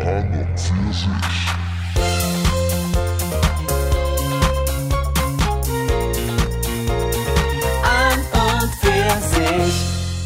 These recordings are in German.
An und für sich.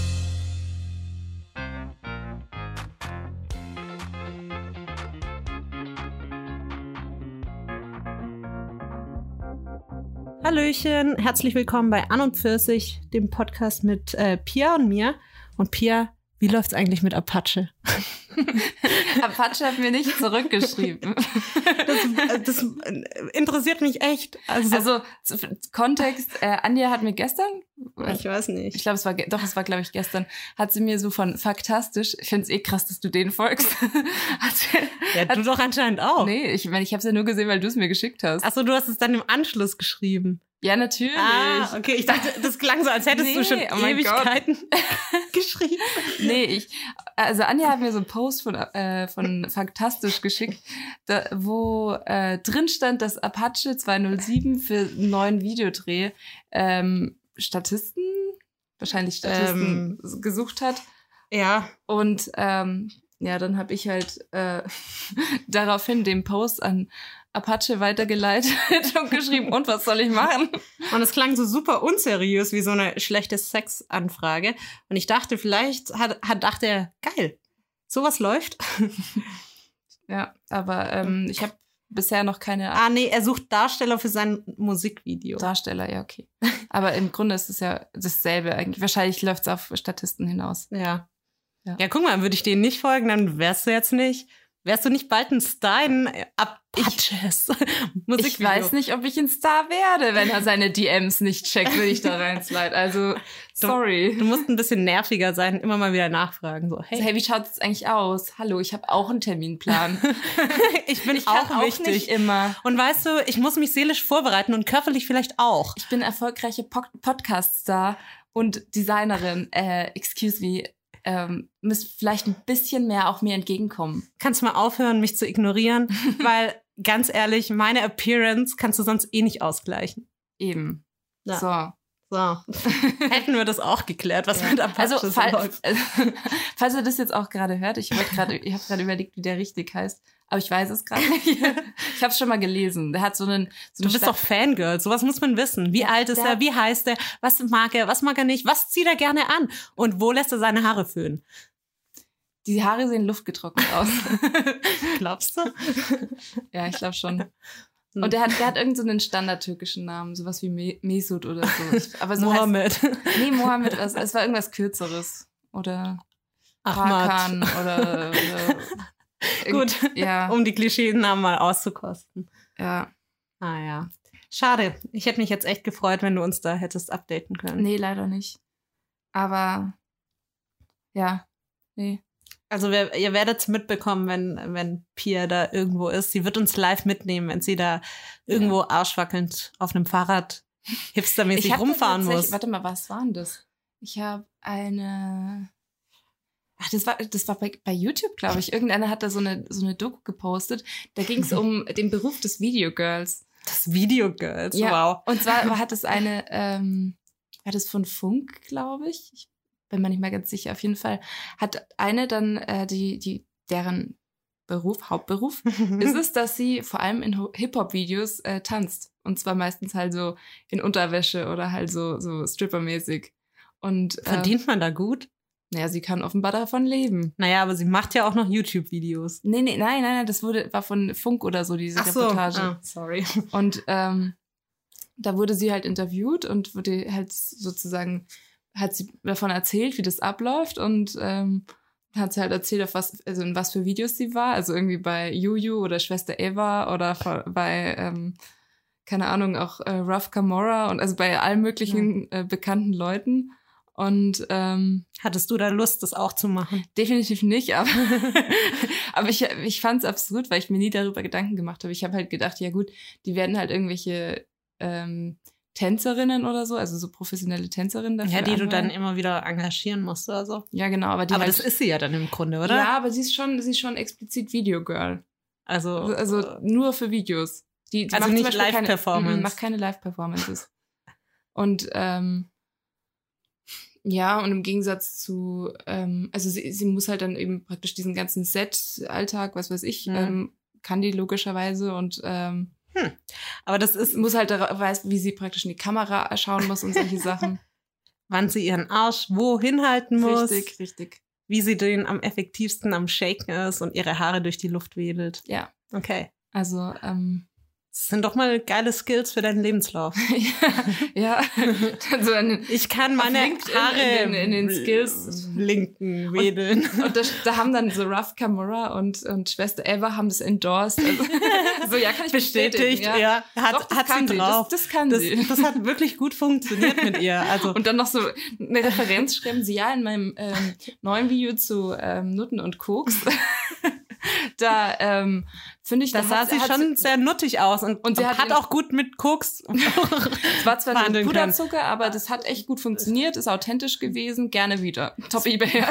Hallöchen, herzlich willkommen bei An und Pfirsich, dem Podcast mit Pia und mir. Und Pia, wie läuft's eigentlich mit Apache? Apache hat mir nicht zurückgeschrieben. Das interessiert mich echt. Also Kontext, Anja hat mir gestern, ich weiß nicht. ich glaube, es war, glaube ich, gestern, hat sie mir so von Faktastisch, ich finde es krass, dass du denen folgst. Du doch anscheinend auch. Nee, ich meine, ich habe es ja nur gesehen, weil du es mir geschickt hast. Achso, du hast es dann im Anschluss geschrieben. Ja, natürlich. Ah, okay, ich dachte, das klang so, als hättest du schon Ewigkeiten geschrieben. Nee, also Anja hat mir so einen Post von Faktastisch geschickt, wo drin stand, dass Apache 207 für einen neuen Videodreh Statisten gesucht hat. Ja. Und ja, dann habe ich halt daraufhin den Post an Apache weitergeleitet und geschrieben, und was soll ich machen? Und es klang so super unseriös wie so eine schlechte Sexanfrage. Und ich dachte, vielleicht dachte er, geil, sowas läuft. Ja, aber ich habe bisher noch keine... Ah, nee, er sucht Darsteller für sein Musikvideo. Darsteller, ja, okay. Aber im Grunde ist es ja dasselbe eigentlich. Wahrscheinlich läuft es auf Statisten hinaus. Ja, guck mal, würde ich denen nicht folgen, dann wärst du nicht bald ein Star in Apaches Musikvideo? Ich weiß nicht, ob ich ein Star werde, wenn er seine DMs nicht checkt, wenn ich da reinslide. Also, sorry. Du musst ein bisschen nerviger sein, immer mal wieder nachfragen. So, hey, wie schaut's jetzt eigentlich aus? Hallo, ich habe auch einen Terminplan. Ich bin auch wichtig. Nicht immer. Und weißt du, ich muss mich seelisch vorbereiten und körperlich vielleicht auch. Ich bin erfolgreiche Podcast-Star und Designerin. Excuse me. Müsst vielleicht ein bisschen mehr auch mir entgegenkommen. Kannst du mal aufhören, mich zu ignorieren? Weil, ganz ehrlich, meine Appearance kannst du sonst eh nicht ausgleichen. Eben. Ja. So. Hätten wir das auch geklärt, was mit Apache also, läuft. Falls ihr das jetzt auch gerade hört, ich habe gerade überlegt, wie der richtig heißt, aber ich weiß es gerade nicht. Ich habe es schon mal gelesen. Der hat so einen... Du bist doch Fangirl, sowas muss man wissen. Wie alt ist er, wie heißt er, was mag er nicht, was zieht er gerne an und wo lässt er seine Haare föhnen? Die Haare sehen luftgetrocknet aus. Glaubst du? Ja, ich glaube schon. Und der hat irgend so einen standardtürkischen Namen, sowas wie Mesut oder so. Aber so Mohammed. Nee, Mohammed, es war irgendwas Kürzeres. Oder Ahmad. Hakan oder Gut, ja. Um die Klischee-Namen mal auszukosten. Ja. Ah ja. Schade. Ich hätte mich jetzt echt gefreut, wenn du uns da hättest updaten können. Nee, leider nicht. Aber ja, nee. Also ihr werdet es mitbekommen, wenn Pia da irgendwo ist. Sie wird uns live mitnehmen, wenn sie da irgendwo arschwackelnd auf einem Fahrrad hipstermäßig rumfahren muss. Warte mal, was war denn das? Ich habe eine... Ach, das war bei YouTube, glaube ich. Irgendeiner hat da so eine Doku gepostet. Da ging es um den Beruf des Videogirls. Das Videogirls, ja, wow. Und zwar hat es eine, war das von Funk, glaube ich? Ich bin mir nicht mehr ganz sicher. Auf jeden Fall hat eine dann deren Hauptberuf ist es, dass sie vor allem in Hip-Hop-Videos tanzt. Und zwar meistens halt so in Unterwäsche oder halt so Stripper-mäßig. Und verdient man da gut? Naja, sie kann offenbar davon leben. Naja, aber sie macht ja auch noch YouTube-Videos. Nein, das war von Funk oder so, diese Reportage. Ah, sorry. Und da wurde sie halt interviewt und wurde halt sozusagen, hat sie davon erzählt, wie das abläuft und hat sie halt erzählt, in was für Videos sie war. Also irgendwie bei Juju oder Schwester Eva oder bei, keine Ahnung, auch Ruff Camorra und also bei allen möglichen bekannten Leuten. Und hattest du da Lust, das auch zu machen? Definitiv nicht, aber ich fand es absurd, weil ich mir nie darüber Gedanken gemacht habe. Ich habe halt gedacht, ja gut, die werden halt irgendwelche Tänzerinnen oder so, also so professionelle Tänzerinnen dafür. Ja, die anmelden. du dann immer wieder engagieren musst oder so. Ja, genau. Aber halt, das ist sie ja dann im Grunde, oder? Ja, aber sie ist schon explizit Videogirl. Also nur für Videos. Die also macht nicht Live-Performance. Macht keine Live-Performances. Und Ja, und im Gegensatz zu, also sie muss halt dann eben praktisch diesen ganzen Set-Alltag, was weiß ich, kann die logischerweise und Aber das ist, muss halt weiß, wie sie praktisch in die Kamera schauen muss und solche Sachen. wann sie ihren Arsch wo hinhalten muss. Richtig. Wie sie den am effektivsten am Shaken ist und ihre Haare durch die Luft wedelt. Ja. Okay. Also, Das sind doch mal geile Skills für deinen Lebenslauf. ja. Also Ich kann meine Haare in den Skills linken, wedeln. Und da haben dann so Ruff Kamura und Schwester Eva haben das endorsed. Also, so, ja, kann ich Bestätigt, ja. Doch, das Hat kann sie drauf. Das kann sie. Das hat wirklich gut funktioniert mit ihr. Also, Und dann noch so eine Referenz schreiben sie ja in meinem neuen Video zu Nutten und Koks. Da finde ich, da sah sie schon sehr nuttig aus und sie hat auch gut mit Koks. Es war zwar nur Puderzucker, aber das hat echt gut funktioniert, ist authentisch gewesen, gerne wieder. Top eBay.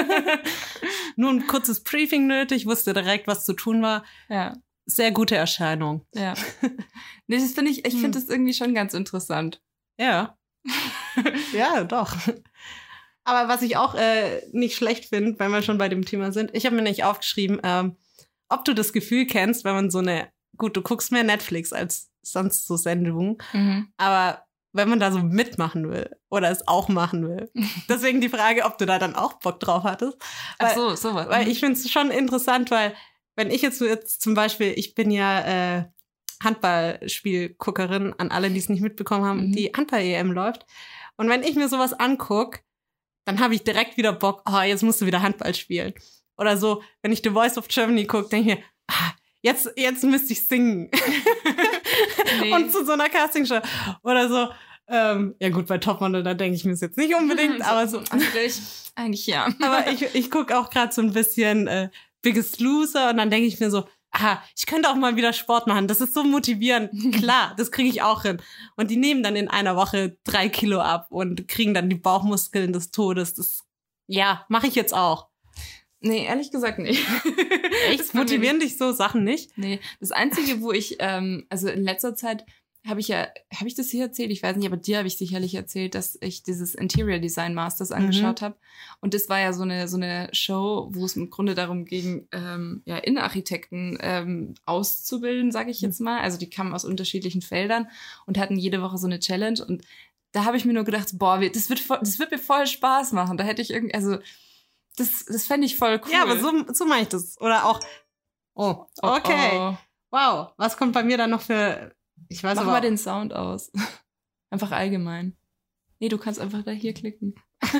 Nur ein kurzes Briefing nötig, wusste direkt, was zu tun war. Ja. Sehr gute Erscheinung. Ja. Nee, das finde ich finde das irgendwie schon ganz interessant. Ja. Ja, doch. Aber was ich auch nicht schlecht finde, wenn wir schon bei dem Thema sind, ich habe mir nicht aufgeschrieben, ob du das Gefühl kennst, wenn man gut, du guckst mehr Netflix als sonst so Sendungen, aber wenn man da so mitmachen will oder es auch machen will. Deswegen die Frage, ob du da dann auch Bock drauf hattest. Ach so, sowas. Weil ich finde es schon interessant, weil wenn ich jetzt zum Beispiel, ich bin ja Handballspielguckerin, an alle, die es nicht mitbekommen haben, die Handball-EM läuft. Und wenn ich mir sowas angucke, dann habe ich direkt wieder Bock, jetzt musst du wieder Handball spielen. Oder so, wenn ich The Voice of Germany gucke, denke ich mir, jetzt müsste ich singen. Nee. Und zu so einer Castingshow. Oder so, ja gut, bei Topmodel, da denke ich mir es jetzt nicht unbedingt, aber so. Eigentlich ja. Aber ich gucke auch gerade so ein bisschen Biggest Loser und dann denke ich mir so, ich könnte auch mal wieder Sport machen. Das ist so motivierend. Klar, das kriege ich auch hin. Und die nehmen dann in einer Woche 3 Kilo ab und kriegen dann die Bauchmuskeln des Todes. Das, ja, mache ich jetzt auch. Nee, ehrlich gesagt nicht. Echt? Motivieren dich so Sachen nicht? Nee, das Einzige, wo ich, also in letzter Zeit habe ich das hier erzählt? Ich weiß nicht, aber dir habe ich sicherlich erzählt, dass ich dieses Interior Design Masters angeschaut habe. Und das war ja so eine Show, wo es im Grunde darum ging, Innenarchitekten auszubilden, sage ich jetzt mal. Also die kamen aus unterschiedlichen Feldern und hatten jede Woche so eine Challenge. Und da habe ich mir nur gedacht, boah, das wird mir voll Spaß machen. Da hätte ich irgendwie, also das fände ich voll cool. Ja, aber so meine ich das. Oder auch, okay. Wow, was kommt bei mir dann noch für... Ich weiß Mach aber mal den Sound aus. Einfach allgemein. Nee, du kannst einfach da hier klicken.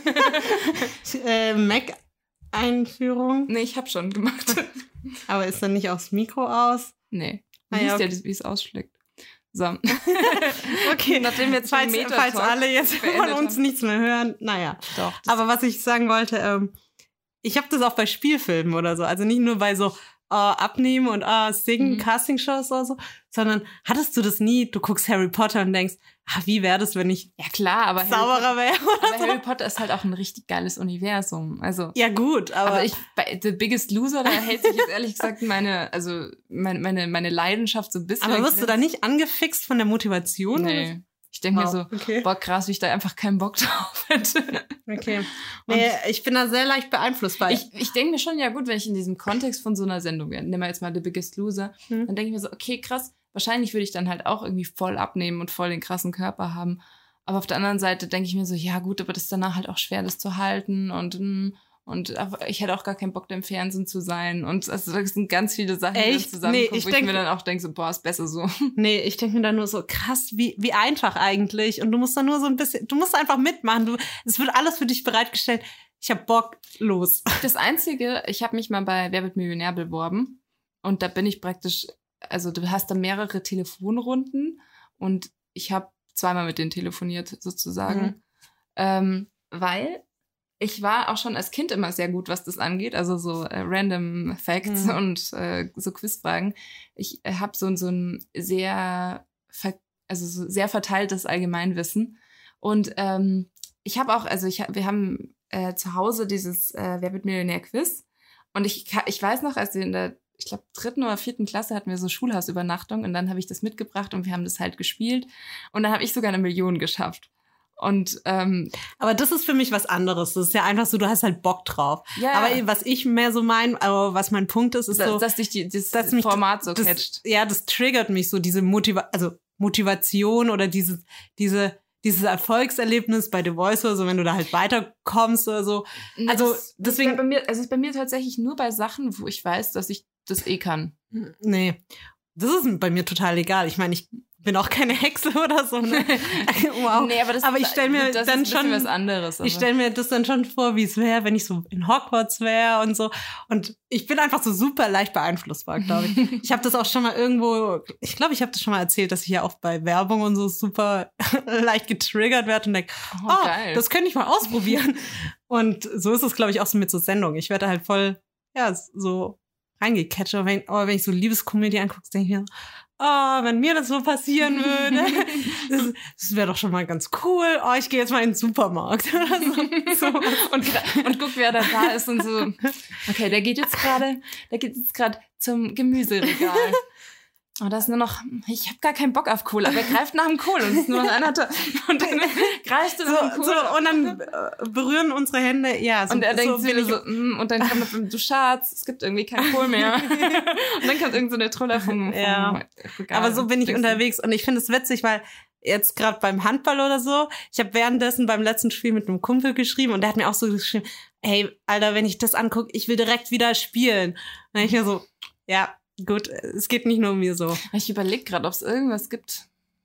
Mac-Einführung. Nee, ich habe schon gemacht. Aber ist dann nicht aufs Mikro aus? Nee. Du siehst ja, wie es ausschlägt. So. Okay, nachdem jetzt falls alle jetzt von uns nichts mehr hören, naja. Doch. Aber was ich sagen wollte, ich habe das auch bei Spielfilmen oder so. Also nicht nur bei so Abnehmen und Singen, Castingshows oder so, sondern hattest du das nie? Du guckst Harry Potter und denkst, wie wäre das, wenn ich aber sauberer wäre? Aber Harry Potter ist halt auch ein richtig geiles Universum. Also ja gut, aber bei The Biggest Loser, da hält sich jetzt ehrlich gesagt meine Leidenschaft so ein bisschen. Aber wirst du da nicht angefixt von der Motivation? Nee. Ich denke mir so, boah, krass, wie ich da einfach keinen Bock drauf hätte. Okay. Nee, ich bin da sehr leicht beeinflussbar. Ich denke mir schon, ja gut, wenn ich in diesem Kontext von so einer Sendung wäre, nehmen wir jetzt mal The Biggest Loser, dann denke ich mir so, okay, krass, wahrscheinlich würde ich dann halt auch irgendwie voll abnehmen und voll den krassen Körper haben. Aber auf der anderen Seite denke ich mir so, ja gut, aber das ist danach halt auch schwer, das zu halten und ich hätte auch gar keinen Bock, da im Fernsehen zu sein. Und also das sind ganz viele Sachen, die dann zusammenkommen, wo ich mir dann auch denke, so, boah, ist besser so. Nee, ich denke mir dann nur so, krass, wie einfach eigentlich. Und du musst dann nur so ein bisschen, du musst einfach mitmachen. Es wird alles für dich bereitgestellt. Ich hab Bock, los. Das Einzige, ich habe mich mal bei Wer wird Millionär beworben. Und da bin ich praktisch, also du hast da mehrere Telefonrunden. Und ich habe zweimal mit denen telefoniert, sozusagen. Weil ich war auch schon als Kind immer sehr gut, was das angeht, also so Random Facts und so Quizfragen. Ich habe so ein sehr verteiltes Allgemeinwissen. Und ich habe auch, wir haben zu Hause dieses Wer wird Millionär Quiz. Und ich weiß noch, als wir in der, ich glaube, 3. oder 4. Klasse hatten wir so Schulhausübernachtung und dann habe ich das mitgebracht und wir haben das halt gespielt. Und dann habe ich sogar 1 Million geschafft. Und aber das ist für mich was anderes. Das ist ja einfach so, du hast halt Bock drauf. Ja. Aber was ich mehr so meine, aber was mein Punkt ist, ist so, dass dich das mich Format so catcht. Ja, das triggert mich so, diese Motivation oder dieses Erfolgserlebnis bei The Voice oder so, wenn du da halt weiterkommst oder so. Also deswegen das ist bei mir tatsächlich nur bei Sachen, wo ich weiß, dass ich das kann. Nee, das ist bei mir total egal. Ich meine, ich bin auch keine Hexe oder so. Ne? Wow. Nee, aber ich stelle mir das dann ist schon was anderes. Ich stelle mir das dann schon vor, wie es wäre, wenn ich so in Hogwarts wäre und so. Und ich bin einfach so super leicht beeinflussbar, glaube ich. Ich habe das auch schon mal irgendwo, ich glaube, ich habe das schon mal erzählt, dass ich ja auch bei Werbung und so super leicht getriggert werde und denke, geil. Das könnte ich mal ausprobieren. Und so ist es, glaube ich, auch so mit so Sendungen. Ich werde halt voll, so reingecatcht. Aber wenn ich so Liebeskomödie angucke, denke ich mir, wenn mir das so passieren würde, das wäre doch schon mal ganz cool. Ich gehe jetzt mal in den Supermarkt oder so. Und guck, wer da ist und so. Okay, der geht jetzt gerade zum Gemüseregal. Oh, da ist nur noch, ich habe gar keinen Bock auf Kohl, aber er greift nach dem Kohl und es ist nur noch einer da. Und dann greift er nach dem Kohl. Und dann berühren unsere Hände, und er denkt und dann kommt er, du Schatz, es gibt irgendwie keinen Kohl mehr. Und dann kommt irgend so eine Troller vom Regal. Aber so bin ich unterwegs und ich finde es witzig, weil jetzt gerade beim Handball oder so, ich habe währenddessen beim letzten Spiel mit einem Kumpel geschrieben und der hat mir auch so geschrieben, hey, Alter, wenn ich das angucke, ich will direkt wieder spielen. Und dann ich mir so, ja, gut, es geht nicht nur um mir so. Ich überlege gerade, ob es irgendwas gibt.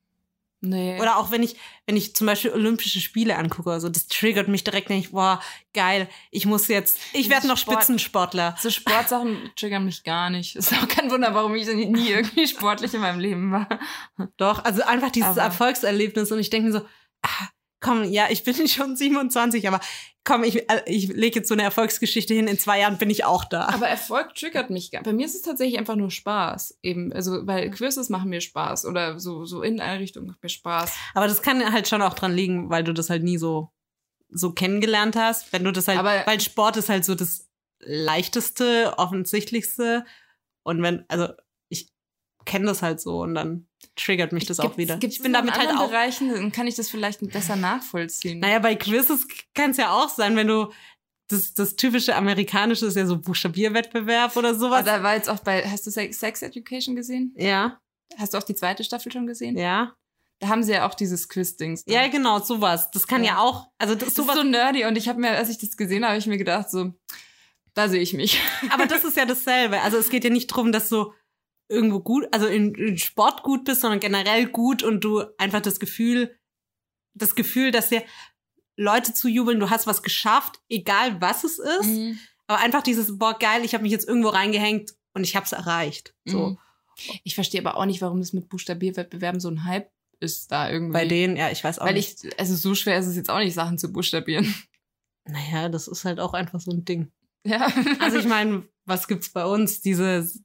Nee. Oder auch wenn ich zum Beispiel Olympische Spiele angucke, also das triggert mich direkt, denke ich, boah, geil, ich werde noch Spitzensportler. So Sportsachen triggern mich gar nicht. Ist auch kein Wunder, warum ich nie irgendwie sportlich in meinem Leben war. Doch, also einfach dieses Erfolgserlebnis und ich denke mir so, komm, ja, ich bin schon 27, aber komm, ich lege jetzt so eine Erfolgsgeschichte hin, in 2 Jahren bin ich auch da. Aber Erfolg triggert mich gar. Bei mir ist es tatsächlich einfach nur Spaß. Eben, also, weil Quizzes machen mir Spaß oder so in eine Richtung macht mir Spaß. Aber das kann halt schon auch dran liegen, weil du das halt nie so kennengelernt hast. Wenn du das halt, weil Sport ist halt so das leichteste, offensichtlichste. Und ich kenne das halt so und dann triggert mich das auch wieder. Ich bin damit halt auch Bereichen, dann kann ich das vielleicht besser nachvollziehen. Naja, bei Quizzes kann es ja auch sein, wenn du das typische amerikanische ist ja so Buchstabierwettbewerb oder sowas. Aber da war jetzt auch hast du Sex Education gesehen? Ja. Hast du auch die 2. Staffel schon gesehen? Ja. Da haben sie ja auch dieses Quiz-Dings. Ja, genau, sowas. Das kann ja auch, also das ist sowas. Das ist so nerdy und als ich das gesehen habe, ich mir gedacht so, da sehe ich mich. Aber das ist ja dasselbe. Also es geht ja nicht darum, dass du irgendwo gut, also in Sport gut bist, sondern generell gut und du einfach das Gefühl, dass dir Leute zujubeln, du hast was geschafft, egal was es ist, aber einfach dieses, boah, geil, ich habe mich jetzt irgendwo reingehängt und ich habe es erreicht. So. Ich verstehe aber auch nicht, warum das mit Buchstabierwettbewerben so ein Hype ist da irgendwie. Bei denen, ja, ich weiß auch nicht. Also so schwer ist es jetzt auch nicht, Sachen zu buchstabieren. Naja, das ist halt auch einfach so ein Ding. Ja. Also ich meine, was gibt's bei uns? Dieses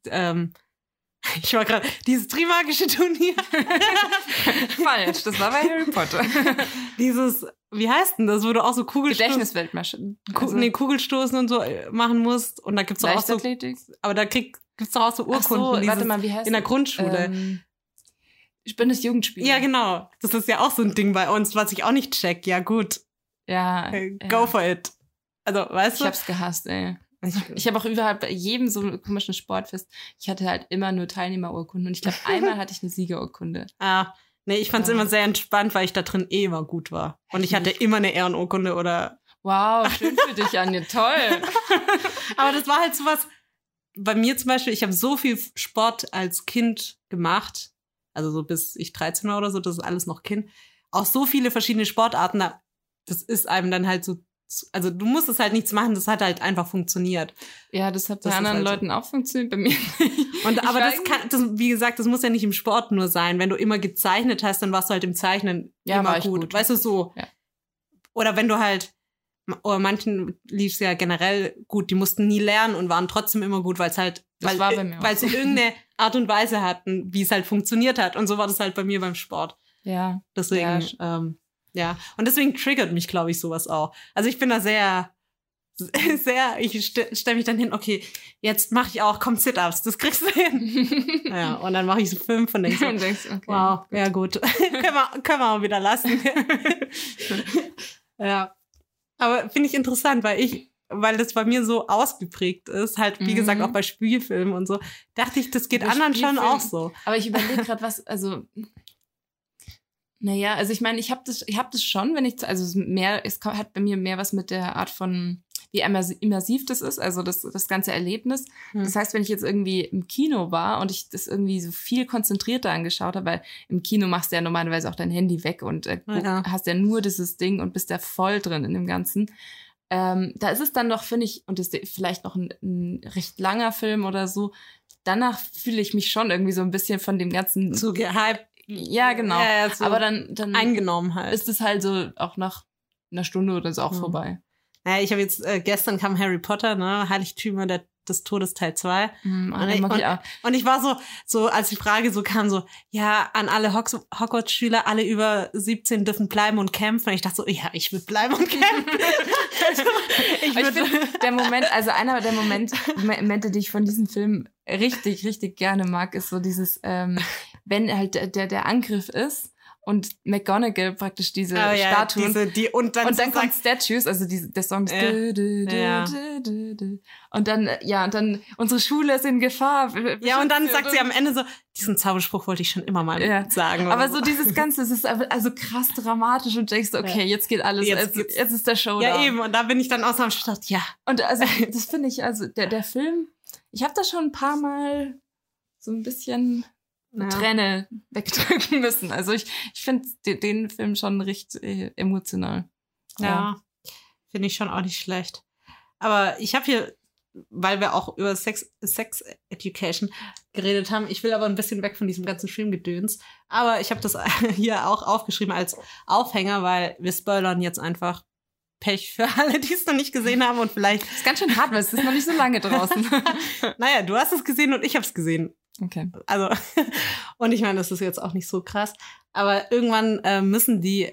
Trimagische Turnier. Falsch, das war bei Harry Potter. Dieses, wie heißt denn das, wo du auch so Gedächtnisweltmaschinen. Kugelstoßen und so machen musst. Und da gibt's doch auch so, aber da gibt's doch auch so Urkunden. Ach so, warte mal, wie heißt in der Grundschule. Ich bin das Jugendspiel. Ja, genau. Das ist ja auch so ein Ding bei uns, was ich auch nicht check. Ja, gut. Ja. Go for it. Also, weißt du? Ich hab's gehasst, ey. Ich habe auch überhaupt bei jedem so komischen Sportfest, ich hatte halt immer nur Teilnehmerurkunden und ich glaube, einmal hatte ich eine Siegerurkunde. Nee, ich fand's immer sehr entspannt, weil ich da drin immer gut war. Und ich hatte immer eine Ehrenurkunde oder... Wow, schön für dich, Anja, toll. Aber das war halt sowas, bei mir zum Beispiel, ich habe so viel Sport als Kind gemacht, also so bis ich 13 war oder so, das ist alles noch Kind, auch so viele verschiedene Sportarten, das ist einem dann halt so, also du musst es halt nichts machen, das hat halt einfach funktioniert. Ja, das hat bei anderen Leuten auch funktioniert, bei mir nicht. Aber wie gesagt, das muss ja nicht im Sport nur sein. Wenn du immer gezeichnet hast, dann warst du halt im Zeichnen immer gut. Weißt du, so. Ja. Oder wenn du halt, oder manchen lief es ja generell gut, die mussten nie lernen und waren trotzdem immer gut, weil sie irgendeine Art und Weise hatten, wie es halt funktioniert hat. Und so war das halt bei mir beim Sport. Ja. Deswegen, ja. Und deswegen triggert mich, glaube ich, sowas auch. Also ich bin da sehr, sehr, ich stelle mich dann hin, okay, jetzt mache ich auch, komm, Sit-Ups, das kriegst du hin. Ja, und dann mache ich so 5 und denke so, Und denkst, okay, wow, gut. ja gut, können wir auch wieder lassen. Ja, aber finde ich interessant, weil das bei mir so ausgeprägt ist, halt wie gesagt auch bei Spielfilmen und so, dachte ich, das geht Bei anderen schon Spielfilmen. auch so. Aber ich überlege gerade, naja, also ich meine, ich hab das schon, es hat bei mir mehr was mit der Art von, wie immersiv das ist, also das ganze Erlebnis. Das heißt, wenn ich jetzt irgendwie im Kino war und ich das irgendwie so viel konzentrierter angeschaut habe, weil im Kino machst du ja normalerweise auch dein Handy weg und hast ja nur dieses Ding und bist da voll drin in dem Ganzen. Da ist es dann doch, finde ich, und das ist vielleicht noch ein recht langer Film oder so, danach fühle ich mich schon irgendwie so ein bisschen von dem ganzen... So gehypt. Ja, genau. Ja, so aber dann eingenommen halt. ist es halt so auch nach einer Stunde oder so auch vorbei. Naja, ich habe jetzt, gestern kam Harry Potter, ne, Heiligtümer des Todes Teil 2. Und ich war so, als die Frage so kam, so, ja, an alle Hogwarts-Schüler, alle über 17 dürfen bleiben und kämpfen. Und ich dachte so, ja, ich will bleiben und kämpfen. Ich finde, der Moment, also einer der Momente, die ich von diesem Film richtig, richtig gerne mag, ist so dieses, wenn halt der Angriff ist und McGonagall praktisch diese Statuen und dann kommt Statues, also der Song ist und dann unsere Schule ist in Gefahr. Ja, und dann sagt sie am Ende so, diesen Zauberspruch wollte ich schon immer mal sagen. Aber so dieses Ganze, es ist also krass dramatisch und denkst du, okay, jetzt geht alles, jetzt ist der Showdown. Ja, eben, und da bin ich dann aus dem Stadt, ja. Und also, das finde ich, also der Film, ich habe das schon ein paar Mal so ein bisschen Träne wegdrücken müssen. Also ich finde den Film schon recht emotional. Ja, finde ich schon auch nicht schlecht. Aber ich habe hier, weil wir auch über Sex Education geredet haben, ich will aber ein bisschen weg von diesem ganzen Filmgedöns. Aber ich habe das hier auch aufgeschrieben als Aufhänger, weil wir spoilern jetzt einfach. Pech für alle, die es noch nicht gesehen haben und vielleicht... Das ist ganz schön hart, weil es ist noch nicht so lange draußen. Naja, du hast es gesehen und ich habe es gesehen. Okay. Also, und ich meine, das ist jetzt auch nicht so krass. Aber irgendwann müssen die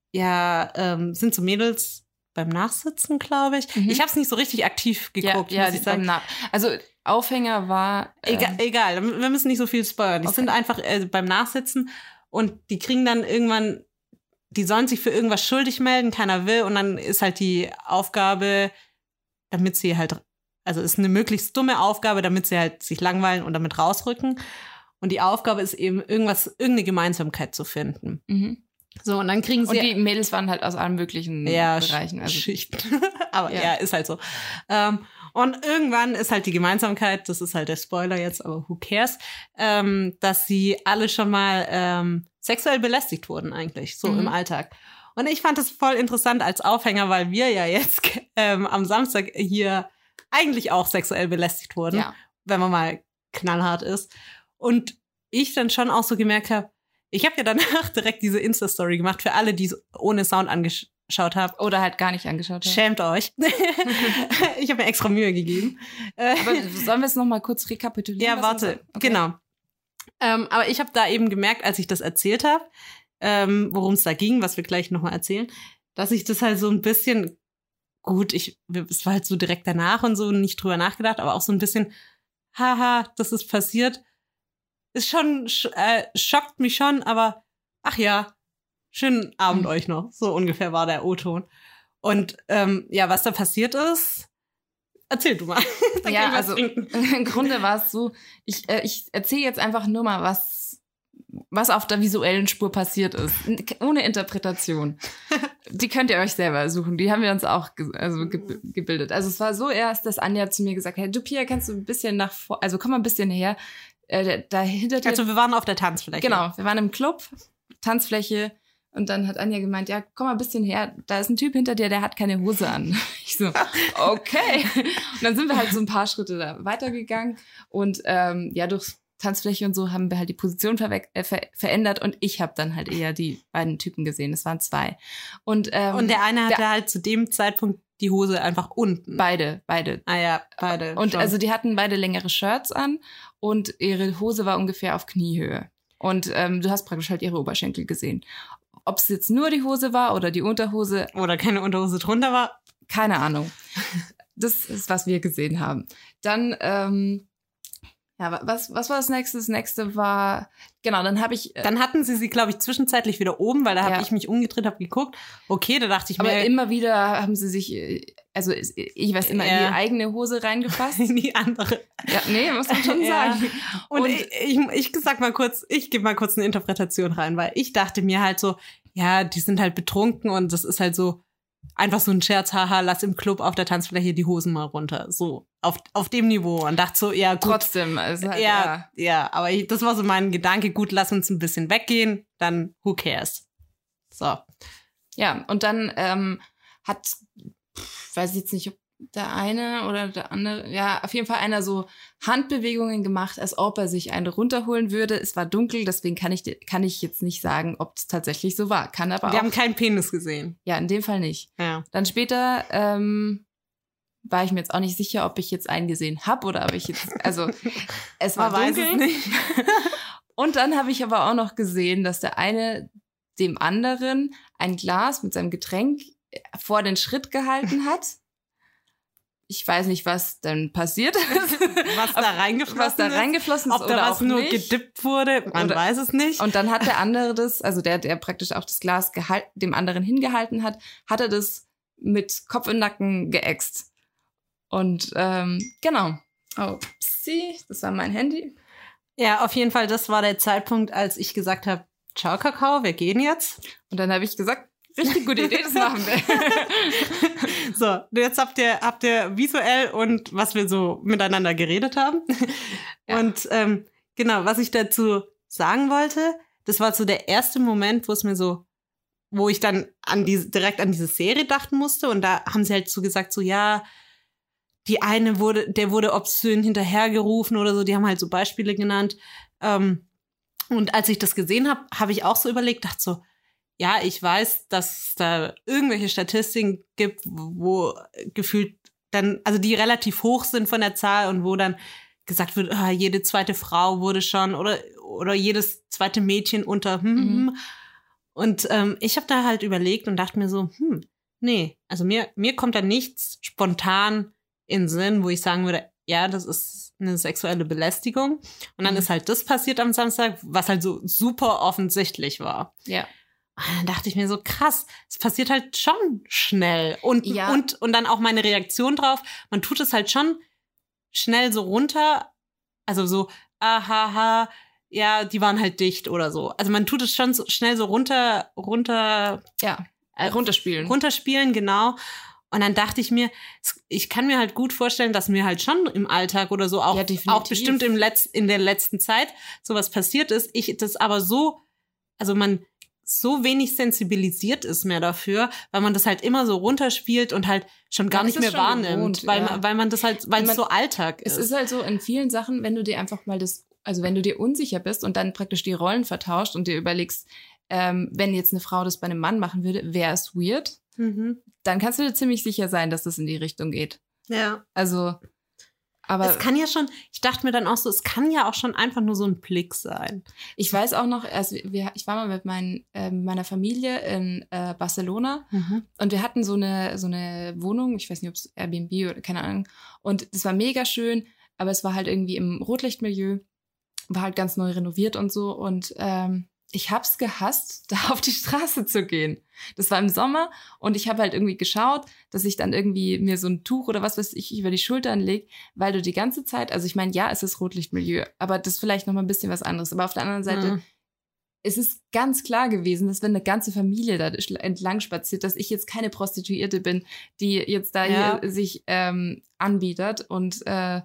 sind so Mädels beim Nachsitzen, glaube ich. Ich habe es nicht so richtig aktiv geguckt, muss ich sagen. Also Aufhänger war... Egal, wir müssen nicht so viel spoilern. Die sind einfach beim Nachsitzen und die kriegen dann irgendwann... Die sollen sich für irgendwas schuldig melden, keiner will. Und dann ist halt die Aufgabe, damit sie halt, also ist eine möglichst dumme Aufgabe, damit sie halt sich langweilen und damit rausrücken. Und die Aufgabe ist eben irgendeine Gemeinsamkeit zu finden. So, und dann kriegen sie... Und die Mädels waren halt aus allen möglichen Bereichen. Also Schichten. Aber ist halt so. Und irgendwann ist halt die Gemeinsamkeit, das ist halt der Spoiler jetzt, aber who cares, dass sie alle schon mal sexuell belästigt wurden eigentlich, so im Alltag. Und ich fand das voll interessant als Aufhänger, weil wir ja jetzt am Samstag hier eigentlich auch sexuell belästigt wurden, wenn man mal knallhart ist. Und ich dann schon auch so gemerkt habe, ich habe ja danach direkt diese Insta-Story gemacht für alle, die es ohne Sound angeschaut haben. Oder halt gar nicht angeschaut haben. Schämt euch. Ich habe mir extra Mühe gegeben. Aber sollen wir es noch mal kurz rekapitulieren? Ja, warte. Okay. Genau. Aber ich habe da eben gemerkt, als ich das erzählt habe, worum es da ging, was wir gleich noch mal erzählen, dass ich das halt so ein bisschen, gut, es war halt so direkt danach und so, nicht drüber nachgedacht, aber auch so ein bisschen, haha, das ist passiert. Ist schon, schockt mich schon, aber ach ja, schönen Abend euch noch. So ungefähr war der O-Ton. Und was da passiert ist, erzähl du mal. Ja, also im Grunde war es so, ich erzähle jetzt einfach nur mal, was auf der visuellen Spur passiert ist. Ohne Interpretation. Die könnt ihr euch selber suchen. Die haben wir uns auch gebildet. Also es war so erst, dass Anja zu mir gesagt hat, hey, du Pia, kannst du ein bisschen komm mal ein bisschen her. Da hinter dir. Also wir waren auf der Tanzfläche. Genau, wir waren im Club, Tanzfläche. Und dann hat Anja gemeint, ja, komm mal ein bisschen her, da ist ein Typ hinter dir, der hat keine Hose an. Ich so, okay. Und dann sind wir halt so ein paar Schritte da weitergegangen. Und durch Tanzfläche und so haben wir halt die Position verändert. Und ich habe dann halt eher die beiden Typen gesehen. Es waren 2. Und der eine hatte halt zu dem Zeitpunkt die Hose einfach unten. Beide. Ah ja, beide. Und schon. also die hatten beide längere Shirts an und ihre Hose war ungefähr auf Kniehöhe. Und du hast praktisch halt ihre Oberschenkel gesehen. Ob es jetzt nur die Hose war oder die Unterhose. Oder keine Unterhose drunter war. Keine Ahnung. Das ist, was wir gesehen haben. Dann, was war das nächste? Das nächste war, genau, dann habe ich... Dann hatten sie, glaube ich, zwischenzeitlich wieder oben, weil da habe ich mich umgedreht, habe geguckt. Okay, da dachte ich mir... Aber immer wieder haben sie sich, also ich weiß immer, in die eigene Hose reingefasst. In die andere. Ja, nee, muss man schon sagen. Und ich gebe mal kurz eine Interpretation rein, weil ich dachte mir halt so, ja, die sind halt betrunken und das ist halt so einfach so ein Scherz, haha, lass im Club auf der Tanzfläche die Hosen mal runter. So, auf dem Niveau. Und dachte so, ja, gut. Trotzdem, also halt, ja, aber das war so mein Gedanke, gut, lass uns ein bisschen weggehen, dann who cares. So. Ja, und dann weiß ich jetzt nicht, ob der eine oder der andere, ja, auf jeden Fall einer so Handbewegungen gemacht, als ob er sich eine runterholen würde. Es war dunkel, deswegen kann ich jetzt nicht sagen, ob es tatsächlich so war. Kann aber Wir haben keinen Penis gesehen. Ja, in dem Fall nicht. Ja. Dann später war ich mir jetzt auch nicht sicher, ob ich jetzt einen gesehen habe oder ob ich jetzt, also es war dunkel. Weiß es nicht. Und dann habe ich aber auch noch gesehen, dass der eine dem anderen ein Glas mit seinem Getränk vor den Schritt gehalten hat. Ich weiß nicht, was dann passiert ist. Was da reingeflossen ist. Ob da was nur gedippt wurde, man weiß es nicht. Und dann hat der andere das, also der praktisch auch das Glas dem anderen hingehalten hat, hat er das mit Kopf und Nacken geäxt. Und genau. Oh, psi, das war mein Handy. Ja, auf jeden Fall, das war der Zeitpunkt, als ich gesagt habe, ciao Kakao, wir gehen jetzt. Und dann habe ich gesagt, richtig gute Idee, das machen wir. So, jetzt habt ihr visuell und was wir so miteinander geredet haben. Ja. Und genau, was ich dazu sagen wollte, das war so der erste Moment, wo ich dann direkt an diese Serie dachten musste. Und da haben sie halt so gesagt, so ja, der wurde obszön hinterhergerufen oder so, die haben halt so Beispiele genannt. Und als ich das gesehen habe, habe ich auch so überlegt, dachte so, ja, ich weiß, dass es da irgendwelche Statistiken gibt, wo gefühlt dann, also die relativ hoch sind von der Zahl und wo dann gesagt wird, jede zweite Frau wurde schon oder jedes zweite Mädchen unter Und ich habe da halt überlegt und dachte mir so, nee, also mir kommt da nichts spontan in den Sinn, wo ich sagen würde, ja, das ist eine sexuelle Belästigung. Und dann ist halt das passiert am Samstag, was halt so super offensichtlich war. Ja. Und dann dachte ich mir so, krass, es passiert halt schon schnell. Und dann auch meine Reaktion drauf, man tut es halt schon schnell so runter, also so, ahaha, ja, die waren halt dicht oder so. Also man tut es schon so schnell so runterspielen. Runterspielen, genau. Und dann dachte ich mir, ich kann mir halt gut vorstellen, dass mir halt schon im Alltag oder so auch bestimmt in der letzten Zeit sowas passiert ist. Ich das aber so, also man so wenig sensibilisiert ist mehr dafür, weil man das halt immer so runterspielt und halt schon gar nicht mehr wahrnimmt, gewohnt, weil man das halt, weil es so Alltag ist. Es ist halt so in vielen Sachen, wenn du dir einfach mal wenn du dir unsicher bist und dann praktisch die Rollen vertauscht und dir überlegst, wenn jetzt eine Frau das bei einem Mann machen würde, wäre es weird. Dann kannst du dir ziemlich sicher sein, dass das in die Richtung geht. Ja. Also, aber es kann ja schon, ich dachte mir dann auch so, es kann ja auch schon einfach nur so ein Blick sein. Ich weiß auch noch, ich war mal mit meiner Familie in Barcelona und wir hatten so eine Wohnung, ich weiß nicht, ob es Airbnb oder keine Ahnung, und das war mega schön, aber es war halt irgendwie im Rotlichtmilieu, war halt ganz neu renoviert und so und ich hab's gehasst, da auf die Straße zu gehen. Das war im Sommer und ich habe halt irgendwie geschaut, dass ich dann irgendwie mir so ein Tuch oder was weiß ich über die Schultern lege, weil du die ganze Zeit, also ich meine, ja, es ist Rotlichtmilieu, aber das ist vielleicht noch mal ein bisschen was anderes. Aber auf der anderen Seite, es ist ganz klar gewesen, dass wenn eine ganze Familie da entlang spaziert, dass ich jetzt keine Prostituierte bin, die jetzt da hier sich anbietet und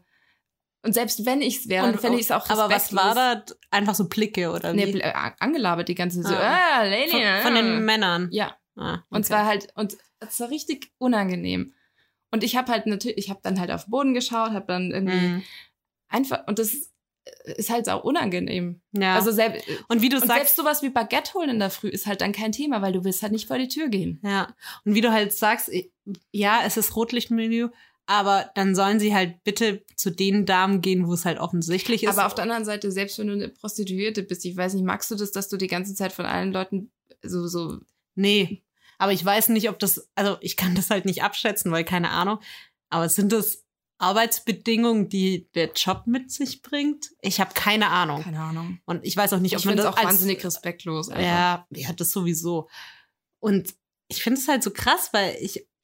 selbst wenn ich es wäre, dann fände ich es auch respektlos. Aber was war da? Einfach so Blicke oder wie? Nee, angelabert die ganze so, Lady. Von den Männern? Ja. Okay. Und zwar halt, und es war richtig unangenehm. Und ich habe dann halt auf den Boden geschaut, habe dann irgendwie einfach, und das ist halt auch unangenehm. Ja. Also und wie du sagst, selbst sowas wie Baguette holen in der Früh ist halt dann kein Thema, weil du willst halt nicht vor die Tür gehen. Ja. Und wie du halt sagst, ja, es ist Rotlichtmilieu, aber dann sollen sie halt bitte zu den Damen gehen, wo es halt offensichtlich ist. Aber auf der anderen Seite, selbst wenn du eine Prostituierte bist, ich weiß nicht, magst du das, dass du die ganze Zeit von allen Leuten so... Nee, aber ich weiß nicht, ob das... Also ich kann das halt nicht abschätzen, weil keine Ahnung. Aber sind das Arbeitsbedingungen, die der Job mit sich bringt? Ich habe keine Ahnung. Keine Ahnung. Und ich weiß auch nicht, ob Ich man finde das es auch wahnsinnig respektlos. Einfach. Ja, das sowieso. Und ich finde es halt so krass, weil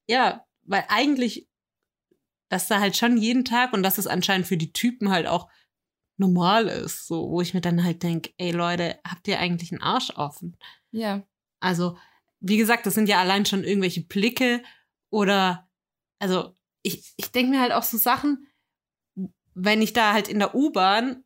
eigentlich, dass da halt schon jeden Tag und dass es anscheinend für die Typen halt auch normal ist, so, wo ich mir dann halt denke, ey Leute, habt ihr eigentlich einen Arsch offen? Ja. Also, wie gesagt, das sind ja allein schon irgendwelche Blicke oder, also, ich denke mir halt auch so Sachen, wenn ich da halt in der U-Bahn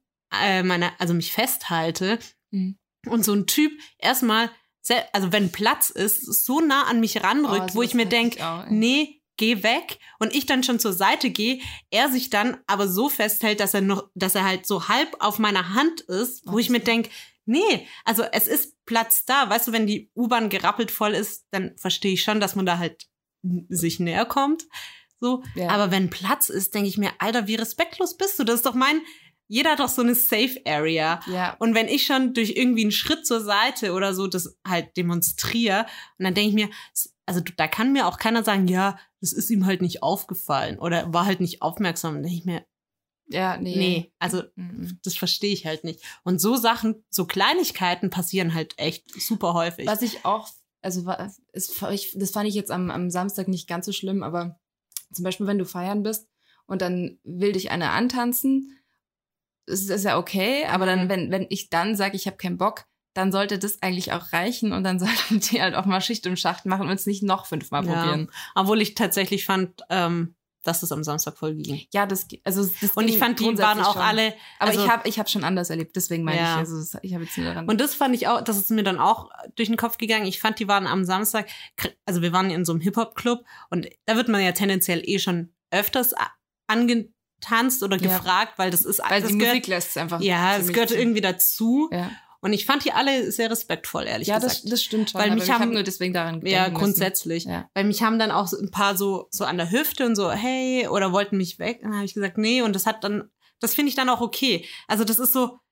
mich festhalte und so ein Typ erstmal, also wenn Platz ist, so nah an mich ranrückt, wo ich mir denke, nee, geh weg und ich dann schon zur Seite gehe, er sich dann aber so festhält, dass er halt so halb auf meiner Hand ist, wo ich mir denke, nee, also es ist Platz da, weißt du, wenn die U-Bahn gerappelt voll ist, dann verstehe ich schon, dass man da halt sich näher kommt. So, ja. Aber wenn Platz ist, denke ich mir, Alter, wie respektlos bist du? Das ist doch jeder hat doch so eine Safe Area. Ja. Und wenn ich schon durch irgendwie einen Schritt zur Seite oder so das halt demonstriere, und dann denke ich mir, also da kann mir auch keiner sagen, ja, das ist ihm halt nicht aufgefallen oder war halt nicht aufmerksam. Dann denke ich mir, ja, nee, also das verstehe ich halt nicht. Und so Sachen, so Kleinigkeiten passieren halt echt super häufig. Was ich auch, also das fand ich jetzt am Samstag nicht ganz so schlimm, aber zum Beispiel, wenn du feiern bist und dann will dich einer antanzen, ist ja okay, aber dann, wenn ich dann sage, ich habe keinen Bock, dann sollte das eigentlich auch reichen und dann sollten die halt auch mal Schicht im Schacht machen und es nicht noch 5-mal probieren. Obwohl ich tatsächlich fand, dass es am Samstag voll ging. Ja, das und ich fand, die waren auch schon alle. Aber ich habe schon anders erlebt, deswegen meine ich, also ich habe jetzt nur daran. Und das fand ich auch, das ist mir dann auch durch den Kopf gegangen. Ich fand, die waren am Samstag, also wir waren in so einem Hip-Hop-Club und da wird man ja tendenziell schon öfters angetanzt oder gefragt, weil das ist weil die Musik lässt es einfach. Ja, es gehört irgendwie dazu. Ja. Und ich fand die alle sehr respektvoll, ehrlich gesagt. Ja, das stimmt schon. Weil mich haben nur deswegen daran gedacht. Ja, grundsätzlich. Ja. Weil mich haben dann auch so ein paar so an der Hüfte und so, hey, oder wollten mich weg. Dann habe ich gesagt, nee. Und das finde ich dann auch okay. Also das ist so,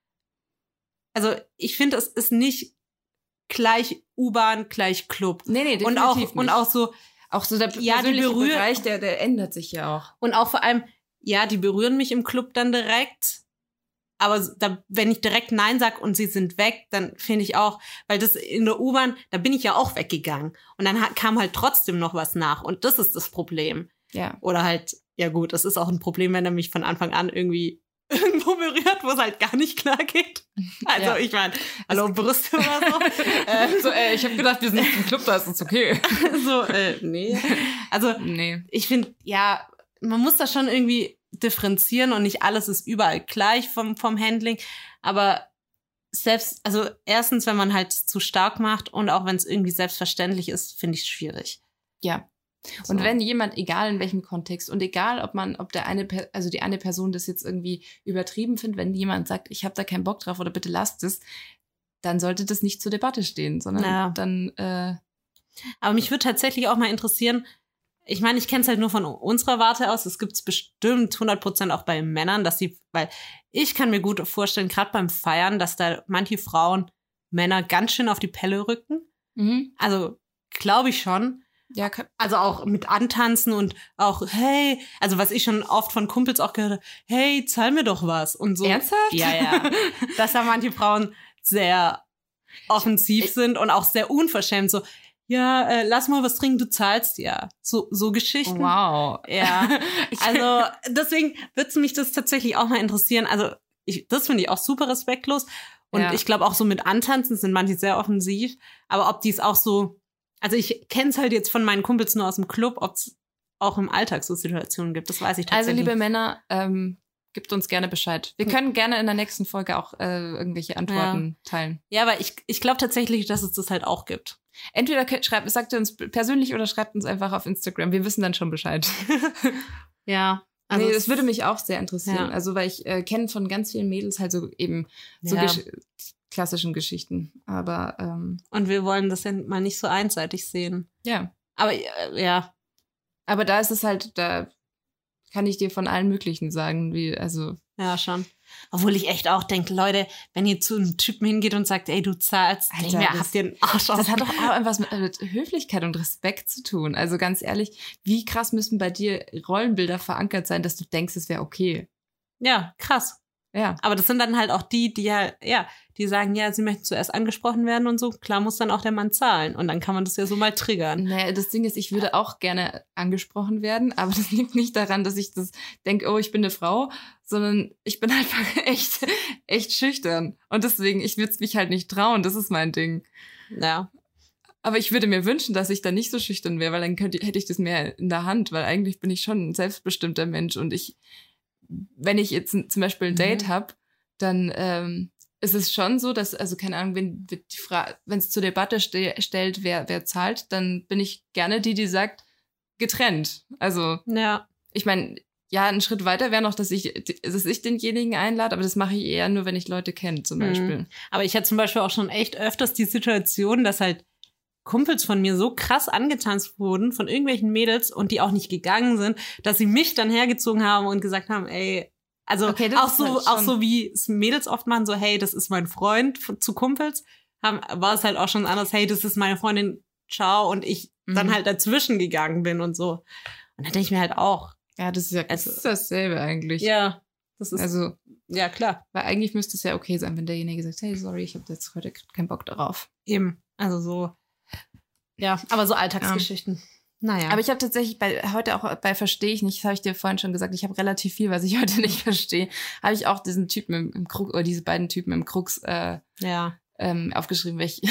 also ich finde, es ist nicht gleich U-Bahn, gleich Club. Nee, definitiv nicht. Und auch so der persönliche Bereich, der ändert sich ja auch. Und auch vor allem, ja, die berühren mich im Club dann direkt. Aber wenn ich direkt Nein sag und sie sind weg, dann finde ich auch, weil das in der U-Bahn, da bin ich ja auch weggegangen. Und dann kam halt trotzdem noch was nach. Und das ist das Problem. Ja. Oder halt, ja gut, das ist auch ein Problem, wenn er mich von Anfang an irgendwie irgendwo berührt, wo es halt gar nicht klar geht. Also ich meine, hallo Brüste oder so. Ich habe gedacht, wir sind nicht im Club, da ist es okay. Nee. Also nee. Ich finde, ja, man muss das schon irgendwie differenzieren und nicht alles ist überall gleich vom Handling, aber erstens, wenn man halt zu stark macht und auch wenn es irgendwie selbstverständlich ist, finde ich es schwierig. Ja. So. Und wenn jemand, egal in welchem Kontext und egal, ob die eine Person das jetzt irgendwie übertrieben findet, wenn jemand sagt, ich habe da keinen Bock drauf oder bitte lasst es, dann sollte das nicht zur Debatte stehen, sondern dann Aber mich würde tatsächlich auch mal interessieren, ich meine, ich kenne es halt nur von unserer Warte aus. Es gibt es bestimmt 100% auch bei Männern, weil ich kann mir gut vorstellen, gerade beim Feiern, dass da manche Frauen Männer ganz schön auf die Pelle rücken. Mhm. Also glaube ich schon. Ja, also auch mit Antanzen und auch, hey, also was ich schon oft von Kumpels auch gehört habe, hey, zahl mir doch was und so. Ernsthaft? Ja. Dass da manche Frauen sehr offensiv sind und auch sehr unverschämt so, ja, lass mal was trinken, du zahlst ja. So Geschichten. Wow. Ja, also deswegen würde mich das tatsächlich auch mal interessieren. Also das finde ich auch super respektlos. Und ich glaube auch so mit Antanzen sind manche sehr offensiv. Aber ob die es auch so, also ich kenne es halt jetzt von meinen Kumpels nur aus dem Club, ob es auch im Alltag so Situationen gibt. Das weiß ich tatsächlich. Also liebe Männer, gibt uns gerne Bescheid. Wir können gerne in der nächsten Folge auch irgendwelche Antworten teilen. Ja, aber ich glaube tatsächlich, dass es das halt auch gibt. Entweder sagt ihr uns persönlich oder schreibt uns einfach auf Instagram. Wir wissen dann schon Bescheid. Ja. Also nee, das würde mich auch sehr interessieren. Ja. Also, weil ich kenne von ganz vielen Mädels halt so eben so klassischen Geschichten. Aber und wir wollen das ja mal nicht so einseitig sehen. Ja. Aber Aber da ist es halt, da kann ich dir von allen möglichen sagen, Ja, schon. Obwohl ich echt auch denke, Leute, wenn ihr zu einem Typen hingeht und sagt, ey, du zahlst, Alter, denk mir, habt ihr einen Arsch auf. das hat doch auch irgendwas mit Höflichkeit und Respekt zu tun. Also ganz ehrlich, wie krass müssen bei dir Rollenbilder verankert sein, dass du denkst, es wäre okay? Ja, krass. Ja. Aber das sind dann halt auch die sagen, ja, sie möchten zuerst angesprochen werden und so. Klar muss dann auch der Mann zahlen. Und dann kann man das ja so mal triggern. Naja, das Ding ist, ich würde auch gerne angesprochen werden, aber das liegt nicht daran, dass ich das denke, oh, ich bin eine Frau, sondern ich bin einfach echt schüchtern. Und deswegen, ich würde es mich halt nicht trauen. Das ist mein Ding. Ja. Aber ich würde mir wünschen, dass ich da nicht so schüchtern wäre, weil dann hätte ich das mehr in der Hand, weil eigentlich bin ich schon ein selbstbestimmter Mensch und wenn ich jetzt zum Beispiel ein Date habe, dann ist es schon so, dass, also keine Ahnung, wenn es zur Debatte stellt, wer zahlt, dann bin ich gerne die sagt, getrennt. Also, ja. Ich meine, ja, ein Schritt weiter wäre noch, dass ich denjenigen einlade, aber das mache ich eher nur, wenn ich Leute kenne, zum Beispiel. Aber ich hatte zum Beispiel auch schon echt öfters die Situation, dass halt Kumpels von mir so krass angetanzt wurden von irgendwelchen Mädels und die auch nicht gegangen sind, dass sie mich dann hergezogen haben und gesagt haben, ey, also okay, auch so wie es Mädels oft machen, so hey, das ist mein Freund zu Kumpels, war es halt auch schon anders, hey, das ist meine Freundin, ciao, und ich dann halt dazwischen gegangen bin und so. Und dann denke ich mir halt auch. Ja, das ist dasselbe eigentlich. Ja, das ist, also, ja klar. Weil eigentlich müsste es ja okay sein, wenn derjenige sagt, hey, sorry, ich habe jetzt heute keinen Bock darauf. Eben, also so. Ja, aber so Alltagsgeschichten. Ja. Naja. Aber ich habe tatsächlich heute auch bei Verstehe ich nicht, das habe ich dir vorhin schon gesagt, ich habe relativ viel, was ich heute nicht verstehe, habe ich auch diesen Typen im Krux, oder diese beiden Typen im Krux aufgeschrieben, weil ich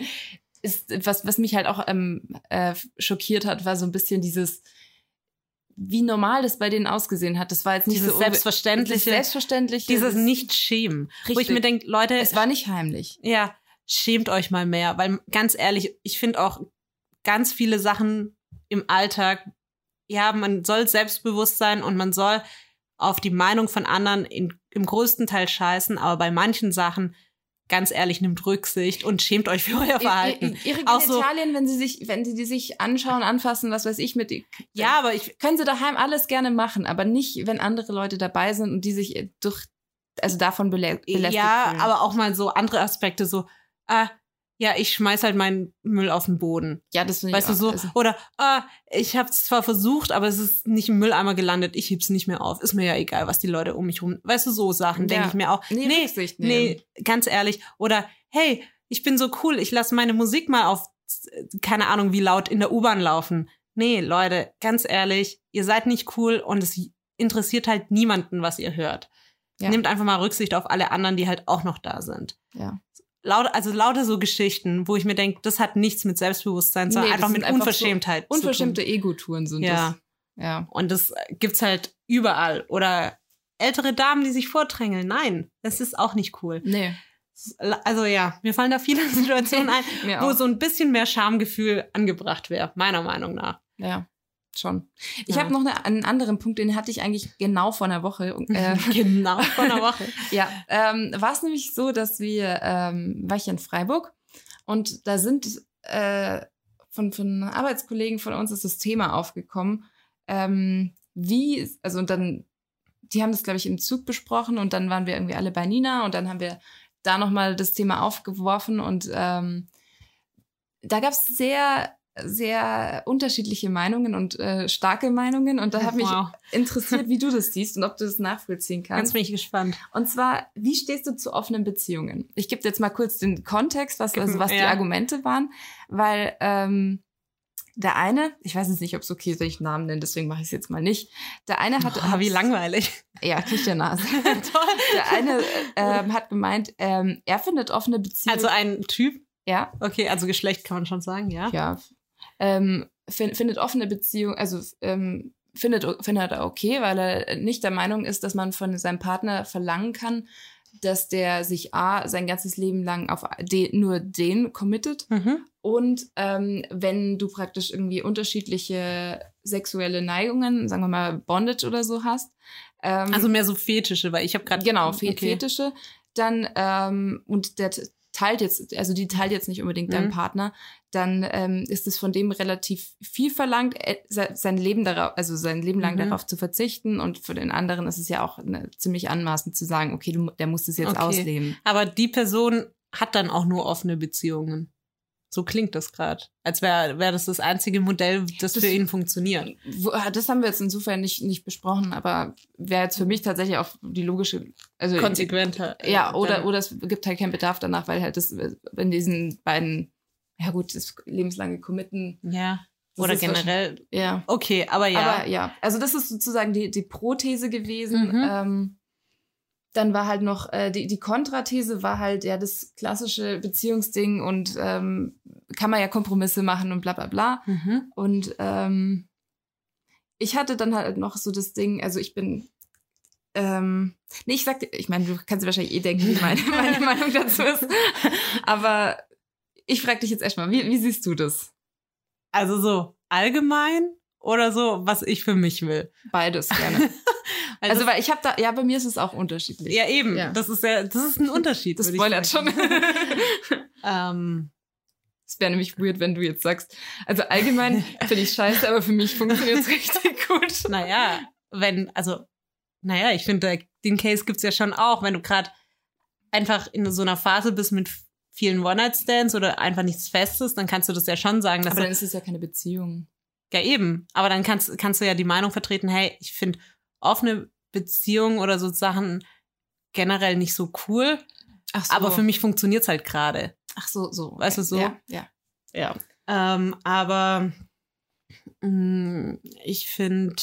was mich halt auch schockiert hat, war so ein bisschen dieses, wie normal das bei denen ausgesehen hat. Das war jetzt nicht dieses so Selbstverständliche. Dieses Nicht-Schämen. Richtig. Wo ich mir denke, Leute. Es war nicht heimlich. Ja, schämt euch mal mehr. Weil ganz ehrlich, ich finde auch ganz viele Sachen im Alltag, ja, man soll selbstbewusst sein und man soll auf die Meinung von anderen im größten Teil scheißen, aber bei manchen Sachen, ganz ehrlich, nimmt Rücksicht und schämt euch für euer Verhalten. Ihre Genitalien, wenn sie die sich anschauen, anfassen, was weiß ich, ja, aber können sie daheim alles gerne machen, aber nicht, wenn andere Leute dabei sind und die sich davon belästigt ja, fühlen. aber auch mal so andere Aspekte, so, ja, ich schmeiß halt meinen Müll auf den Boden. Ja, das finde ich weißt du, so, oder, ich habe es zwar versucht, aber es ist nicht im Mülleimer gelandet, ich heb's nicht mehr auf. Ist mir ja egal, was die Leute um mich rum, weißt du, so Sachen, denke ich mir auch. Nee, ganz ehrlich. Oder, hey, ich bin so cool, ich lasse meine Musik mal auf, keine Ahnung, wie laut in der U-Bahn laufen. Nee, Leute, ganz ehrlich, ihr seid nicht cool und es interessiert halt niemanden, was ihr hört. Ja. Nehmt einfach mal Rücksicht auf alle anderen, die halt auch noch da sind. Ja. Lauter so Geschichten, wo ich mir denke, das hat nichts mit Selbstbewusstsein, sondern einfach mit Unverschämtheit. So unverschämte Ego-Touren sind das. Ja. Und das gibt's halt überall. Oder ältere Damen, die sich vordrängeln. Nein, das ist auch nicht cool. Nee. Also ja, mir fallen da viele Situationen ein, wo so ein bisschen mehr Schamgefühl angebracht wäre, meiner Meinung nach. Ja. Schon. Ich habe noch einen anderen Punkt, den hatte ich eigentlich genau vor einer Woche. Genau vor einer Woche. Ja, war es nämlich so, dass war ich in Freiburg und da sind von Arbeitskollegen von uns ist das Thema aufgekommen, die haben das, glaube ich, im Zug besprochen und dann waren wir irgendwie alle bei Nina und dann haben wir da nochmal das Thema aufgeworfen und da gab es sehr sehr unterschiedliche Meinungen und starke Meinungen und da hat mich interessiert, wie du das siehst und ob du das nachvollziehen kannst. Ganz bin ich gespannt. Und zwar, wie stehst du zu offenen Beziehungen? Ich gebe dir jetzt mal kurz den Kontext, was die Argumente waren, weil der eine, ich weiß jetzt nicht, ob es okay ist, wenn ich Namen nenne, deswegen mache ich es jetzt mal nicht. Der eine hat... wie langweilig. Ja, kriegt der Nase. Toll. Der eine hat gemeint, er findet offene Beziehungen... Also ein Typ? Ja. Okay, also Geschlecht kann man schon sagen, ja. Ja. Findet offene Beziehung, also findet er okay, weil er nicht der Meinung ist, dass man von seinem Partner verlangen kann, dass der sich sein ganzes Leben lang auf nur den committet und wenn du praktisch irgendwie unterschiedliche sexuelle Neigungen, sagen wir mal Bondage oder so hast. Also mehr so Fetische, weil ich habe gerade... Genau, Fetische. Dann und teilt jetzt nicht unbedingt dein Partner, dann ist es von dem relativ viel verlangt, sein Leben lang darauf zu verzichten, und für den anderen ist es ja auch ziemlich anmaßend zu sagen, okay, der muss es jetzt ausleben. Aber die Person hat dann auch nur offene Beziehungen. So klingt das gerade. Als wäre das einzige Modell, das für ihn funktioniert. Das haben wir jetzt insofern nicht besprochen, aber wäre jetzt für mich tatsächlich auch die logische... Also konsequenter. Ja, oder es gibt halt keinen Bedarf danach, weil halt das in diesen beiden, ja gut, das lebenslange Committen... Ja, oder generell... Ja. Okay, aber ja. Aber ja, also das ist sozusagen die Pro-These gewesen. Dann war halt noch, die Kontrathese war halt ja das klassische Beziehungsding und kann man ja Kompromisse machen und bla bla bla. Und ich hatte dann halt noch so das Ding, also ich bin, ich meine, du kannst dir wahrscheinlich denken, wie meine Meinung dazu ist, aber ich frage dich jetzt erstmal, wie siehst du das? Also so allgemein oder so, was ich für mich will? Beides gerne. Also weil ich habe da, ja, bei mir ist es auch unterschiedlich. Ja, eben. Ja. Das ist ein Unterschied. Das spoilert schon. Es wäre nämlich weird, wenn du jetzt sagst, also allgemein finde ich scheiße, aber für mich funktioniert es richtig gut. Ich finde, den Case gibt's ja schon auch, wenn du gerade einfach in so einer Phase bist mit vielen One-Night-Stands oder einfach nichts Festes, dann kannst du das ja schon sagen. Aber dann ist es ja keine Beziehung. Ja, eben. Aber dann kannst du ja die Meinung vertreten, hey, ich finde offene Beziehungen oder so Sachen generell nicht so cool. Ach so. Aber für mich funktioniert's halt gerade. Ach so. Okay. Weißt du, so? Ja. Aber ich finde,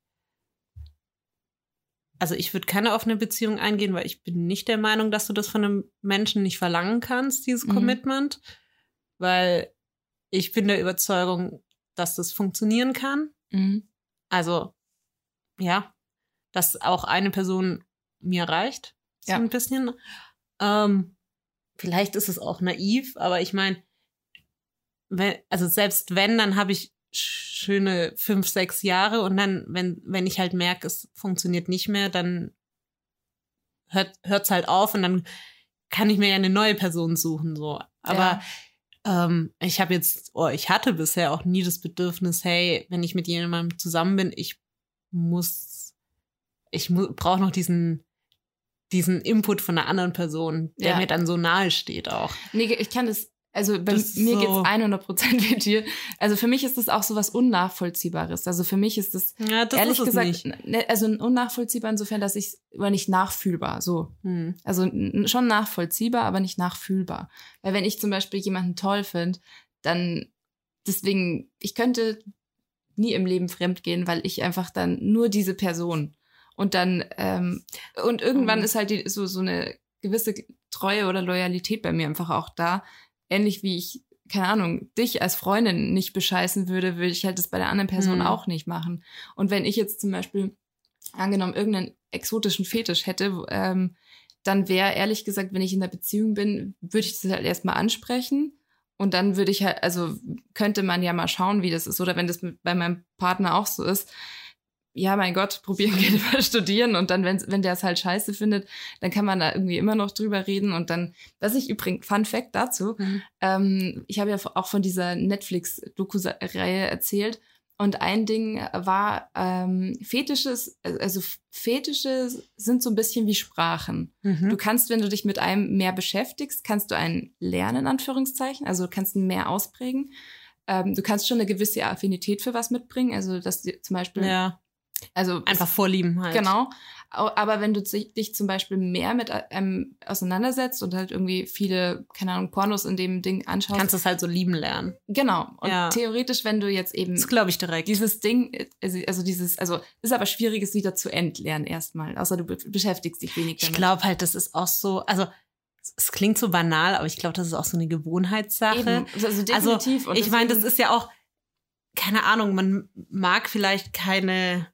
also ich würde keine offene Beziehung eingehen, weil ich bin nicht der Meinung, dass du das von einem Menschen nicht verlangen kannst, dieses Commitment. Weil ich bin der Überzeugung, dass das funktionieren kann. Also, ja, dass auch eine Person mir reicht, so ein bisschen. Vielleicht ist es auch naiv, aber ich meine, selbst wenn, dann habe ich schöne 5, 6 Jahre und dann, wenn ich halt merke, es funktioniert nicht mehr, dann hört's halt auf und dann kann ich mir ja eine neue Person suchen, so. Aber ich hatte bisher auch nie das Bedürfnis, hey, wenn ich mit jemandem zusammen bin, ich brauche noch diesen Input von einer anderen Person, der mir dann so nahe steht auch. Nee, ich kann das, also bei mir geht's 100% wie dir. Also für mich ist das auch so was Unnachvollziehbares. Also für mich ist das, ehrlich gesagt, also unnachvollziehbar insofern, dass ich, aber nicht nachfühlbar, so. Also schon nachvollziehbar, aber nicht nachfühlbar. Weil wenn ich zum Beispiel jemanden toll finde, dann deswegen, ich könnte nie im Leben fremdgehen, weil ich einfach dann nur diese Person und dann und irgendwann ist halt so eine gewisse Treue oder Loyalität bei mir einfach auch da. Ähnlich wie ich, keine Ahnung, dich als Freundin nicht bescheißen würde ich halt das bei der anderen Person auch nicht machen. Und wenn ich jetzt zum Beispiel, angenommen, irgendeinen exotischen Fetisch hätte, dann wäre, ehrlich gesagt, wenn ich in einer Beziehung bin, würde ich das halt erstmal ansprechen. Und dann würde ich halt, also könnte man ja mal schauen, wie das ist. Oder wenn das bei meinem Partner auch so ist, ja, mein Gott, probieren geht über studieren. Und dann, wenn der es halt scheiße findet, dann kann man da irgendwie immer noch drüber reden. Und dann, was ich übrigens, Fun Fact dazu, ich habe ja auch von dieser Netflix-Doku-Reihe erzählt. Und ein Ding war, Fetische sind so ein bisschen wie Sprachen. Du kannst, wenn du dich mit einem mehr beschäftigst, kannst du einen lernen, in Anführungszeichen. Also du kannst ihn mehr ausprägen. Du kannst schon eine gewisse Affinität für was mitbringen. Also, dass du zum Beispiel... Also einfach Vorlieben halt. Genau. Aber wenn du dich zum Beispiel mehr mit einem auseinandersetzt und halt irgendwie viele, keine Ahnung, Pornos in dem Ding anschaust. Kannst du es halt so lieben lernen. Genau. Und theoretisch, wenn du jetzt eben... Das glaube ich direkt. Dieses Ding, ist aber schwierig, es wieder zu entlernen erstmal. Außer du beschäftigst dich wenig damit. Ich glaube halt, das ist auch so, also es klingt so banal, aber ich glaube, das ist auch so eine Gewohnheitssache. Eben. Also definitiv. Also ich meine, das ist ja auch, keine Ahnung, man mag vielleicht keine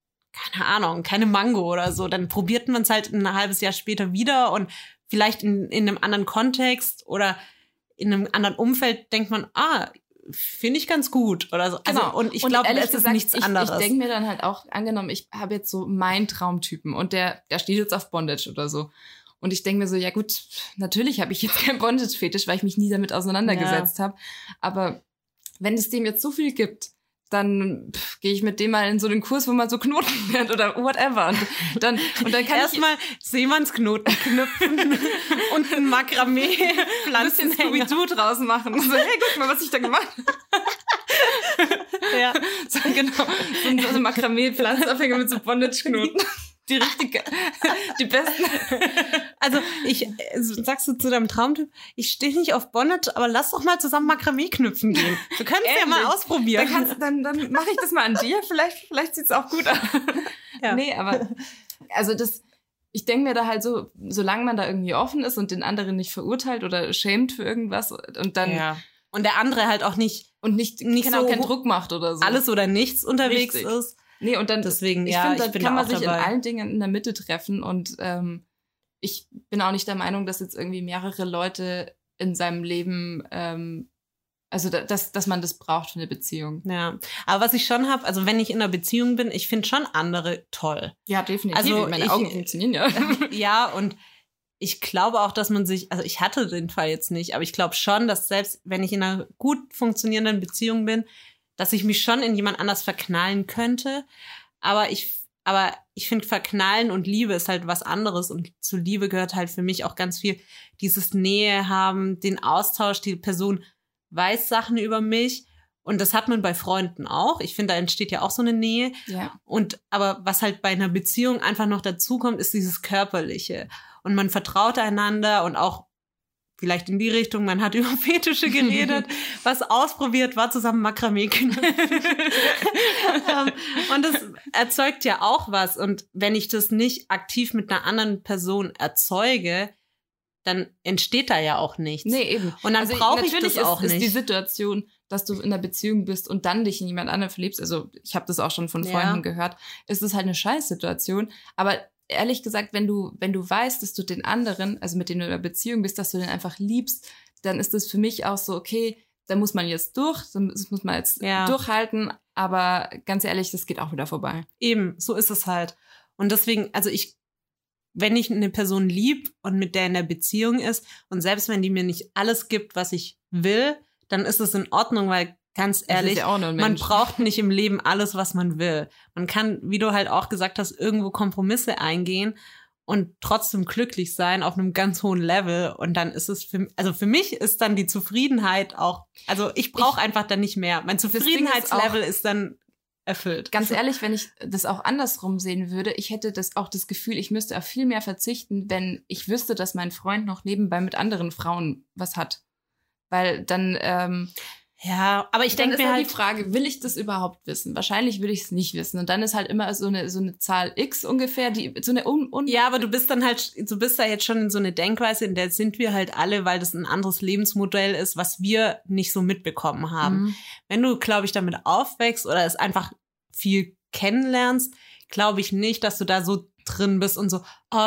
Mango oder so, dann probiert man es halt ein halbes Jahr später wieder und vielleicht in einem anderen Kontext oder in einem anderen Umfeld denkt man, finde ich ganz gut oder so. Genau. Also, und ich glaube, es ist nichts anderes. Ich denke mir dann halt auch, angenommen, ich habe jetzt so meinen Traumtypen und der steht jetzt auf Bondage oder so. Und ich denke mir so, ja gut, natürlich habe ich jetzt keinen Bondage-Fetisch, weil ich mich nie damit auseinandergesetzt habe. Aber wenn es dem jetzt so viel gibt, dann gehe ich mit dem mal in so einen Kurs, wo man so Knoten lernt oder whatever. Und dann kann erstmal Seemannsknoten knüpfen und ein Makramee-Pflanzen ein bisschen Scooby-Doo draus machen. Und so, hey, guck mal, was ich da gemacht habe. Ja. So, genau. So eine Makramee-Pflanzenabhänger mit so Bondage-Knoten. Die richtige, die besten. Also sagst du zu deinem Traumtyp, ich stehe nicht auf Bondage, aber lass doch mal zusammen Makramee knüpfen gehen. Du kannst ja mal ausprobieren. Dann mache ich das mal an dir. Vielleicht sieht's auch gut aus. Ja. Nee, aber also ich denke mir da halt so, solange man da irgendwie offen ist und den anderen nicht verurteilt oder schämt für irgendwas und dann. Ja. Und der andere halt auch nicht so keinen Druck macht oder so. Alles oder nichts unterwegs ist. Nee, und dann deswegen, ich finde, da kann man sich dabei in allen Dingen in der Mitte treffen und ich bin auch nicht der Meinung, dass jetzt irgendwie mehrere Leute in seinem Leben, also dass man das braucht für eine Beziehung. Ja, aber was ich schon habe, also wenn ich in einer Beziehung bin, ich finde schon andere toll. Ja, definitiv. Also meine Augen funktionieren ja. Ja, und ich glaube auch, dass man sich, also ich hatte den Fall jetzt nicht, aber ich glaube schon, dass selbst wenn ich in einer gut funktionierenden Beziehung bin, dass ich mich schon in jemand anders verknallen könnte. Aber ich finde, Verknallen und Liebe ist halt was anderes. Und zu Liebe gehört halt für mich auch ganz viel dieses Nähe haben, den Austausch. Die Person weiß Sachen über mich. Und das hat man bei Freunden auch. Ich finde, da entsteht ja auch so eine Nähe. Ja. Aber was halt bei einer Beziehung einfach noch dazukommt, ist dieses Körperliche. Und man vertraut einander und auch vielleicht in die Richtung, man hat über Fetische geredet, was ausprobiert, war zusammen Makramee und das erzeugt ja auch was. Und wenn ich das nicht aktiv mit einer anderen Person erzeuge, dann entsteht da ja auch nichts. Nee, eben. Und dann brauche ich das auch nicht. Ist die Situation, dass du in einer Beziehung bist und dann dich in jemand anderen verliebst, also ich habe das auch schon von Freunden gehört, ist es halt eine Scheißsituation, aber ehrlich gesagt, wenn du weißt, dass du den anderen, also mit dem du in einer Beziehung bist, dass du den einfach liebst, dann ist das für mich auch so, okay, da muss man jetzt das muss man jetzt durchhalten, aber ganz ehrlich, das geht auch wieder vorbei. Eben, so ist es halt. Und deswegen, also wenn ich eine Person lieb und mit der in der Beziehung ist und selbst wenn die mir nicht alles gibt, was ich will, dann ist es in Ordnung, weil ganz ehrlich, man braucht nicht im Leben alles, was man will. Man kann, wie du halt auch gesagt hast, irgendwo Kompromisse eingehen und trotzdem glücklich sein auf einem ganz hohen Level. Und dann ist es für mich ist dann die Zufriedenheit auch, also ich brauche einfach dann nicht mehr. Mein Zufriedenheitslevel ist dann erfüllt. Ganz ehrlich, wenn ich das auch andersrum sehen würde, ich hätte das Gefühl, ich müsste auf viel mehr verzichten, wenn ich wüsste, dass mein Freund noch nebenbei mit anderen Frauen was hat. Weil dann ja, aber ich denke mir halt die Frage, will ich das überhaupt wissen? Wahrscheinlich will ich es nicht wissen. Und dann ist halt immer so eine Zahl X ungefähr, die so eine Ja, aber du bist da jetzt schon in so eine Denkweise, in der sind wir halt alle, weil das ein anderes Lebensmodell ist, was wir nicht so mitbekommen haben. Mhm. Wenn du, glaube ich, damit aufwächst oder es einfach viel kennenlernst, glaube ich nicht, dass du da so drin bist und so,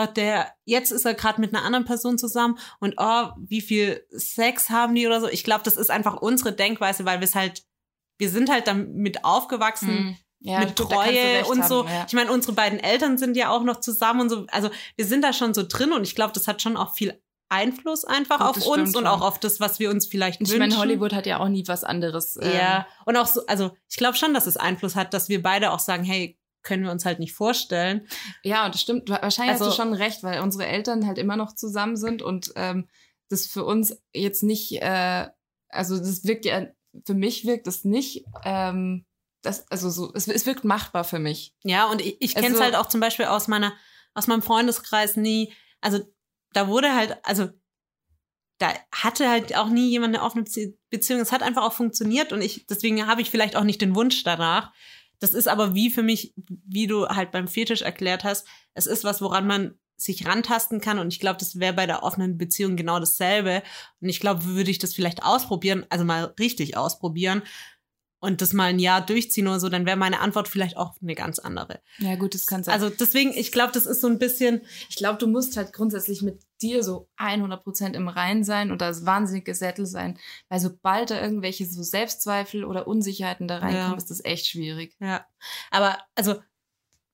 jetzt ist er gerade mit einer anderen Person zusammen und wie viel Sex haben die oder so. Ich glaube, das ist einfach unsere Denkweise, weil wir sind halt damit aufgewachsen, mit Treue und so. Ja. Ich meine, unsere beiden Eltern sind ja auch noch zusammen und so. Also wir sind da schon so drin und ich glaube, das hat schon auch viel Einfluss einfach auf uns und auch auf das, was wir uns vielleicht wünschen. Ich meine, Hollywood hat ja auch nie was anderes. Ja, und auch so, also ich glaube schon, dass es Einfluss hat, dass wir beide auch sagen, hey, können wir uns halt nicht vorstellen. Ja, und das stimmt. Wahrscheinlich hast du schon recht, weil unsere Eltern halt immer noch zusammen sind und das für uns jetzt nicht, also das wirkt ja, für mich wirkt es nicht, es wirkt machbar für mich. Ja, und ich kenne es halt auch zum Beispiel aus meinem Freundeskreis nie, also da wurde halt, also da hatte halt auch nie jemand eine offene Beziehung. Es hat einfach auch funktioniert und deswegen habe ich vielleicht auch nicht den Wunsch danach. Das ist aber wie für mich, wie du halt beim Fetisch erklärt hast, es ist was, woran man sich rantasten kann und ich glaube, das wäre bei der offenen Beziehung genau dasselbe und ich glaube, würde ich das vielleicht ausprobieren, also mal richtig ausprobieren und das mal ein Jahr durchziehen oder so, dann wäre meine Antwort vielleicht auch eine ganz andere. Ja gut, das kann sein. Also deswegen, ich glaube, das ist so ein bisschen... Ich glaube, du musst halt grundsätzlich mit dir so 100% im Reinen sein und das wahnsinnig gesettelt sein, weil sobald da irgendwelche so Selbstzweifel oder Unsicherheiten da reinkommen, ist das echt schwierig. Ja, aber also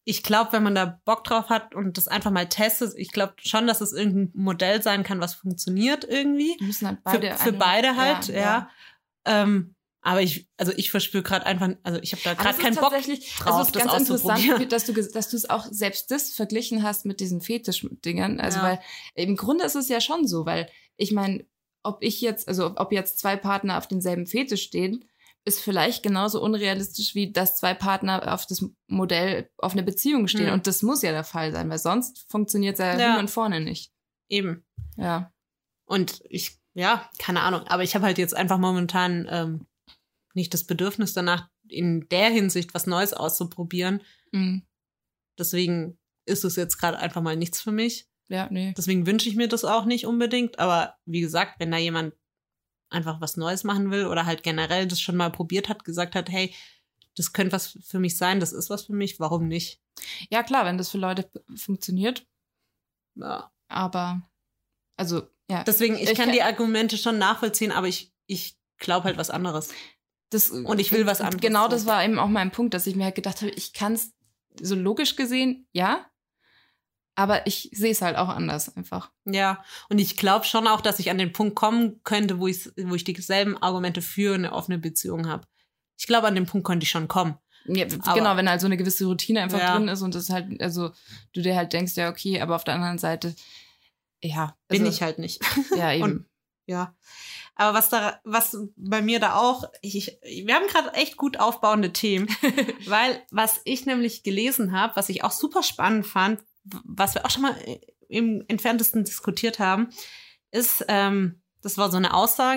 ich glaube, wenn man da Bock drauf hat und das einfach mal testet, ich glaube schon, dass es irgendein Modell sein kann, was funktioniert irgendwie. Die müssen halt beide für beide halt, ja. Aber ich verspüre gerade einfach, also ich habe da gerade keinen Bock drauf, es ist ganz interessant, dass du es auch selbst das verglichen hast mit diesen Fetisch-Dingern. Also weil im Grunde ist es ja schon so, weil ich meine, ob jetzt 2 Partner auf denselben Fetisch stehen, ist vielleicht genauso unrealistisch, wie dass 2 Partner auf das Modell auf eine Beziehung stehen. Und das muss ja der Fall sein, weil sonst funktioniert es ja hin und vorne nicht. Eben. Ja. Und keine Ahnung. Aber ich habe halt jetzt einfach momentan nicht das Bedürfnis danach, in der Hinsicht was Neues auszuprobieren. Mhm. Deswegen ist es jetzt gerade einfach mal nichts für mich. Ja, nee. Deswegen wünsche ich mir das auch nicht unbedingt. Aber wie gesagt, wenn da jemand einfach was Neues machen will oder halt generell das schon mal probiert hat, gesagt hat, hey, das könnte was für mich sein, das ist was für mich, warum nicht? Ja, klar, wenn das für Leute funktioniert. Ja. Aber, also, ja. Deswegen, ich kann die Argumente schon nachvollziehen, aber ich glaube halt was anderes. Und ich will was anderes. Genau, das war eben auch mein Punkt, dass ich mir halt gedacht habe, ich kann es so logisch gesehen, ja, aber ich sehe es halt auch anders einfach. Ja, und ich glaube schon auch, dass ich an den Punkt kommen könnte, wo ich dieselben Argumente für eine offene Beziehung habe. Ich glaube, an den Punkt könnte ich schon kommen. Ja, genau, wenn halt so eine gewisse Routine einfach drin ist und das halt, also du dir halt denkst, ja, okay, aber auf der anderen Seite, ja. Also, bin ich halt nicht. Ja, eben. Und, ja. Aber was bei mir da auch, wir haben gerade echt gut aufbauende Themen, weil was ich nämlich gelesen habe, was ich auch super spannend fand, was wir auch schon mal im Entferntesten diskutiert haben, ist, das war so eine Aussage,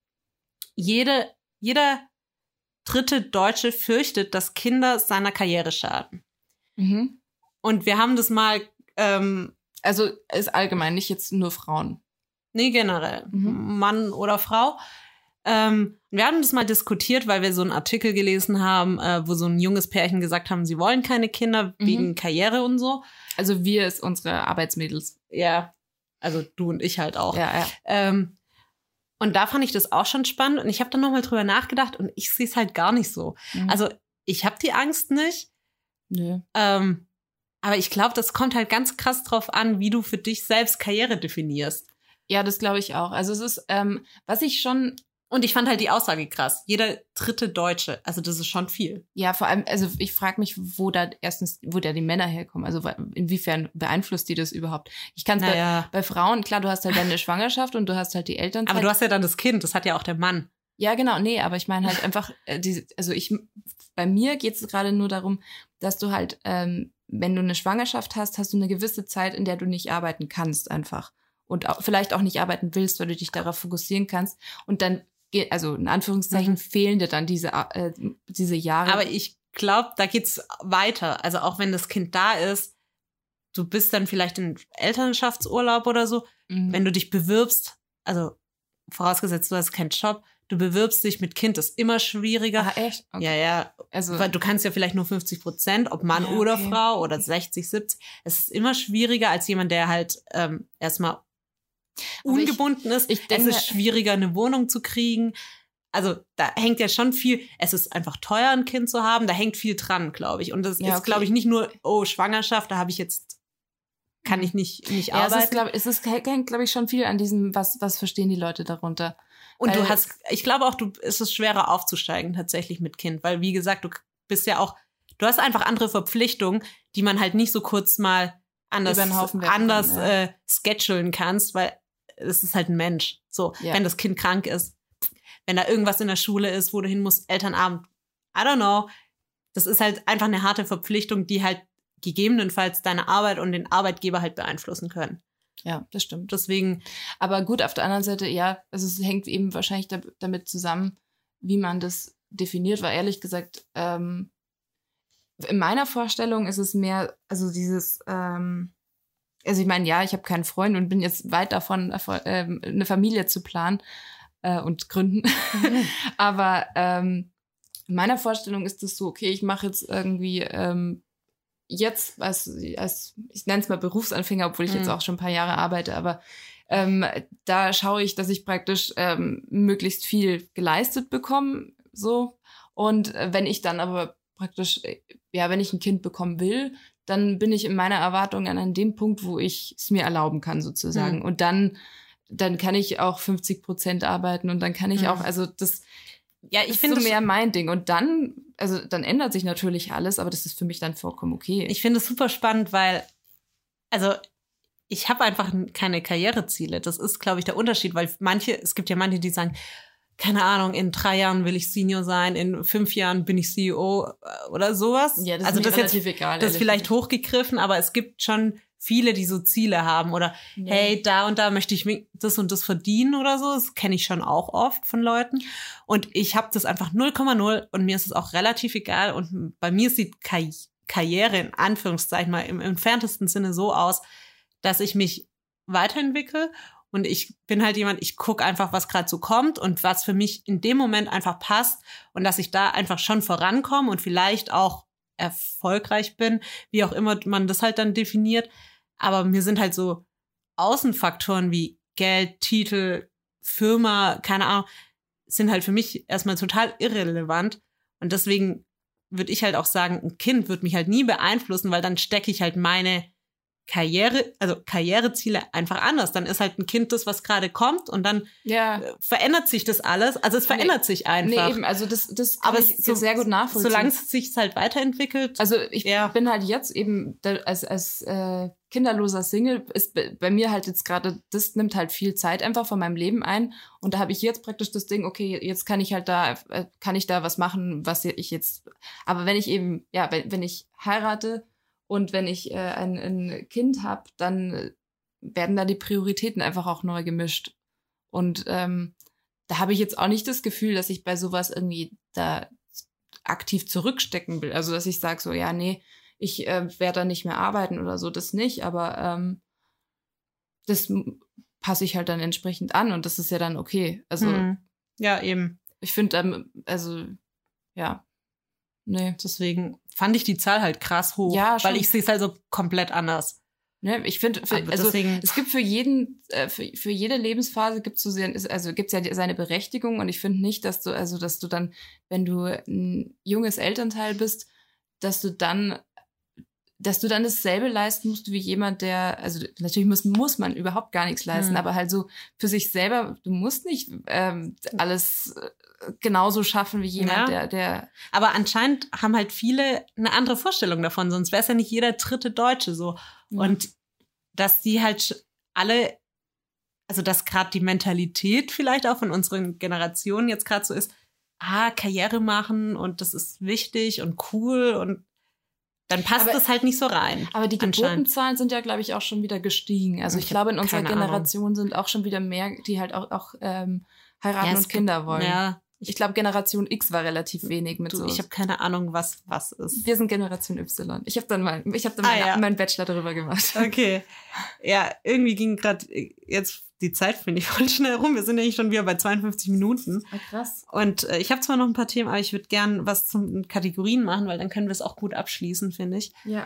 jeder 3. Deutsche fürchtet, dass Kinder seiner Karriere schaden. Mhm. Und wir haben das mal also ist allgemein, nicht jetzt nur Frauen. Nee, generell. Mann oder Frau. Wir haben das mal diskutiert, weil wir so einen Artikel gelesen haben, wo so ein junges Pärchen gesagt haben, sie wollen keine Kinder wegen Karriere und so. Also wir ist unsere Arbeitsmädels. Ja, also du und ich halt auch. Ja. Und da fand ich das auch schon spannend und ich habe dann nochmal drüber nachgedacht und ich sehe es halt gar nicht so. Also ich habe die Angst nicht. Nö. Aber ich glaube, das kommt halt ganz krass drauf an, wie du für dich selbst Karriere definierst. Ja, das glaube ich auch. Also es ist, was ich schon... Und ich fand halt die Aussage krass. Jeder 3. Deutsche. Also das ist schon viel. Ja, vor allem, also ich frage mich, wo da die Männer herkommen. Also inwiefern beeinflusst die das überhaupt? Ich kann es bei Frauen, klar, du hast halt deine Schwangerschaft und du hast halt die Elternzeit. Aber du hast ja dann das Kind, das hat ja auch der Mann. Ja, genau, nee, aber ich meine halt einfach, bei mir geht es gerade nur darum, dass du halt, wenn du eine Schwangerschaft hast, hast du eine gewisse Zeit, in der du nicht arbeiten kannst einfach. Und auch, vielleicht auch nicht arbeiten willst, weil du dich darauf fokussieren kannst. Und dann, also in Anführungszeichen, fehlen dir dann diese Jahre. Aber ich glaube, da geht's weiter. Also auch wenn das Kind da ist, du bist dann vielleicht in Elternschaftsurlaub oder so. Wenn du dich bewirbst, also vorausgesetzt, du hast keinen Job, du bewirbst dich mit Kind, das ist immer schwieriger. Ah, echt? Okay. Ja. Also, weil du kannst ja vielleicht nur 50%, ob Mann oder Frau oder 60, 70. Es ist immer schwieriger als jemand, der halt erstmal ungebunden ist. Ich denke, es ist schwieriger, eine Wohnung zu kriegen. Also da hängt ja schon viel, es ist einfach teuer, ein Kind zu haben, da hängt viel dran, glaube ich. Und das ist, glaube ich, nicht nur, Schwangerschaft, da habe ich jetzt, kann ich nicht arbeiten. Es hängt, glaube ich, schon viel an diesem, was verstehen die Leute darunter. Und ich glaube auch, es ist schwerer aufzusteigen tatsächlich mit Kind, weil wie gesagt, du bist ja auch, du hast einfach andere Verpflichtungen, die man halt nicht so kurz mal anders schedulen kannst, weil es ist halt ein Mensch. So, wenn das Kind krank ist, wenn da irgendwas in der Schule ist, wo du hin musst, Elternabend, I don't know. Das ist halt einfach eine harte Verpflichtung, die halt gegebenenfalls deine Arbeit und den Arbeitgeber halt beeinflussen können. Ja, das stimmt. Deswegen. Aber gut, auf der anderen Seite, also es hängt eben wahrscheinlich damit zusammen, wie man das definiert, weil ehrlich gesagt, in meiner Vorstellung ist es mehr, also dieses, also ich meine, ich habe keinen Freund und bin jetzt weit davon, eine Familie zu planen und gründen. Aber in meiner Vorstellung ist es so, okay, ich mache jetzt irgendwie jetzt als ich nenne es mal Berufsanfänger, obwohl ich jetzt auch schon ein paar Jahre arbeite, aber da schaue ich, dass ich praktisch möglichst viel geleistet bekomme, so. Und wenn ich dann aber praktisch, wenn ich ein Kind bekommen will, dann bin ich in meiner Erwartung an dem Punkt, wo ich es mir erlauben kann, sozusagen. Und dann kann ich auch 50% arbeiten und dann kann ich auch, also das ich finde so mehr mein Ding. Und dann ändert sich natürlich alles, aber das ist für mich dann vollkommen okay. Ich finde es super spannend, weil, also ich habe einfach keine Karriereziele. Das ist, glaube ich, der Unterschied, weil es gibt ja manche, die sagen, keine Ahnung, in 3 Jahren will ich Senior sein, in 5 Jahren bin ich CEO oder sowas. Ja, das also ist mir relativ jetzt, egal. Das ist vielleicht hochgegriffen, aber es gibt schon viele, die so Ziele haben oder hey, da und da möchte ich das und das verdienen oder so. Das kenne ich schon auch oft von Leuten. Und ich habe das einfach 0,0 und mir ist es auch relativ egal. Und bei mir sieht Karriere in Anführungszeichen mal im entferntesten Sinne so aus, dass ich mich weiterentwickle. Und ich bin halt jemand, ich gucke einfach, was gerade so kommt und was für mich in dem Moment einfach passt und dass ich da einfach schon vorankomme und vielleicht auch erfolgreich bin, wie auch immer man das halt dann definiert. Aber mir sind halt so Außenfaktoren wie Geld, Titel, Firma, keine Ahnung, sind halt für mich erstmal total irrelevant. Und deswegen würde ich halt auch sagen, ein Kind wird mich halt nie beeinflussen, weil dann stecke ich halt meine Karriereziele einfach anders. Dann ist halt ein Kind das, was gerade kommt und dann verändert sich das alles. Also es verändert sich einfach. Nee, eben, also das kann ich sehr gut nachvollziehen. Solange es sich halt weiterentwickelt. Also ich bin halt jetzt eben als kinderloser Single ist bei mir halt jetzt gerade, das nimmt halt viel Zeit einfach von meinem Leben ein und da habe ich jetzt praktisch das Ding, okay, jetzt kann ich halt da was machen, was ich jetzt, aber wenn ich eben, wenn ich heirate und wenn ich ein Kind habe, dann werden da die Prioritäten einfach auch neu gemischt. Und da habe ich jetzt auch nicht das Gefühl, dass ich bei sowas irgendwie da aktiv zurückstecken will. Also dass ich sage so, ja, nee, ich werde da nicht mehr arbeiten oder so, das nicht. Aber das passe ich halt dann entsprechend an und das ist ja dann okay. Also ja, eben. Ich finde, nee. Deswegen fand ich die Zahl halt krass hoch, weil ich sehe es halt so komplett anders. Ne, ich finde, es gibt für jede Lebensphase gibt's ja seine Berechtigung und ich finde nicht, dass du dann, wenn du ein junges Elternteil bist, dass du dann dasselbe leisten musst wie jemand, der, also natürlich muss man überhaupt gar nichts leisten, aber halt so für sich selber, du musst nicht alles genauso schaffen wie jemand, der. Aber anscheinend haben halt viele eine andere Vorstellung davon, sonst wäre es ja nicht jeder dritte Deutsche so. Ja. Und dass die halt alle, also dass gerade die Mentalität vielleicht auch von unseren Generationen jetzt gerade so ist, Karriere machen und das ist wichtig und cool und dann passt das halt nicht so rein. Aber die Geburtenzahlen sind ja, glaube ich, auch schon wieder gestiegen. Also ich glaube, in unserer Generation sind auch schon wieder mehr, die halt auch heiraten und Kinder wollen. Ja. Ich glaube, Generation X war relativ wenig mit so. Ich habe keine Ahnung, was ist. Wir sind Generation Y. Ich habe dann meinen Bachelor darüber gemacht. Okay. Ja, irgendwie ging gerade jetzt die Zeit, finde ich, voll schnell rum. Wir sind ja schon wieder bei 52 Minuten. Krass. Und ich habe zwar noch ein paar Themen, aber ich würde gern was zu Kategorien machen, weil dann können wir es auch gut abschließen, finde ich. Ja.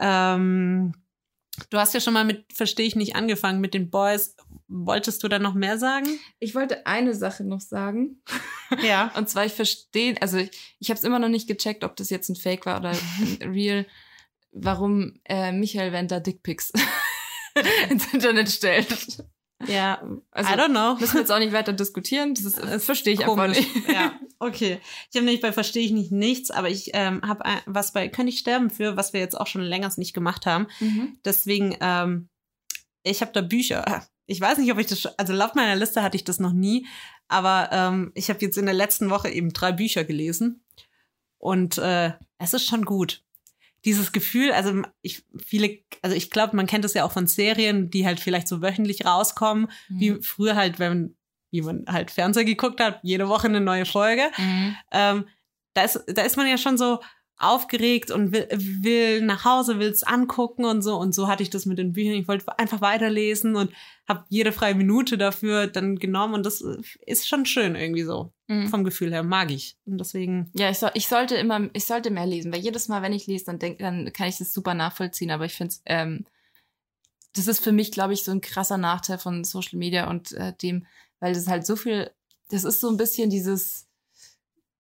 Du hast ja schon mal mit Verstehe ich nicht angefangen mit den Boys. Wolltest du da noch mehr sagen? Ich wollte eine Sache noch sagen. Ja. Und zwar, ich verstehe, also ich habe es immer noch nicht gecheckt, ob das jetzt ein Fake war oder ein Real, warum Michael Wendler Dickpics ins Internet stellt. Ja, also, I don't know. Müssen wir jetzt auch nicht weiter diskutieren. Das verstehe ich komisch. Einfach nicht. Ja, okay. Ich habe nämlich bei Verstehe ich nicht nichts, aber ich habe was bei Kann ich sterben für, was wir jetzt auch schon länger nicht gemacht haben. Deswegen, ich habe da Bücher. Ich weiß nicht, ob ich das, also laut meiner Liste hatte ich das noch nie, aber ich habe jetzt in der letzten Woche eben 3 Bücher gelesen und es ist schon gut. Dieses Gefühl, also ich glaube, man kennt das ja auch von Serien, die halt vielleicht so wöchentlich rauskommen, wie früher halt, wie man halt Fernseher geguckt hat, jede Woche eine neue Folge. Da ist man ja schon so aufgeregt und will nach Hause, will es angucken und so hatte ich das mit den Büchern. Ich wollte einfach weiterlesen und habe jede freie Minute dafür dann genommen und das ist schon schön irgendwie so. Vom Gefühl her mag ich. Und deswegen. Ja, ich sollte mehr lesen, weil jedes Mal, wenn ich lese, dann kann ich das super nachvollziehen, aber ich finde das ist für mich, glaube ich, so ein krasser Nachteil von Social Media und dem, weil das halt so viel, das ist so ein bisschen dieses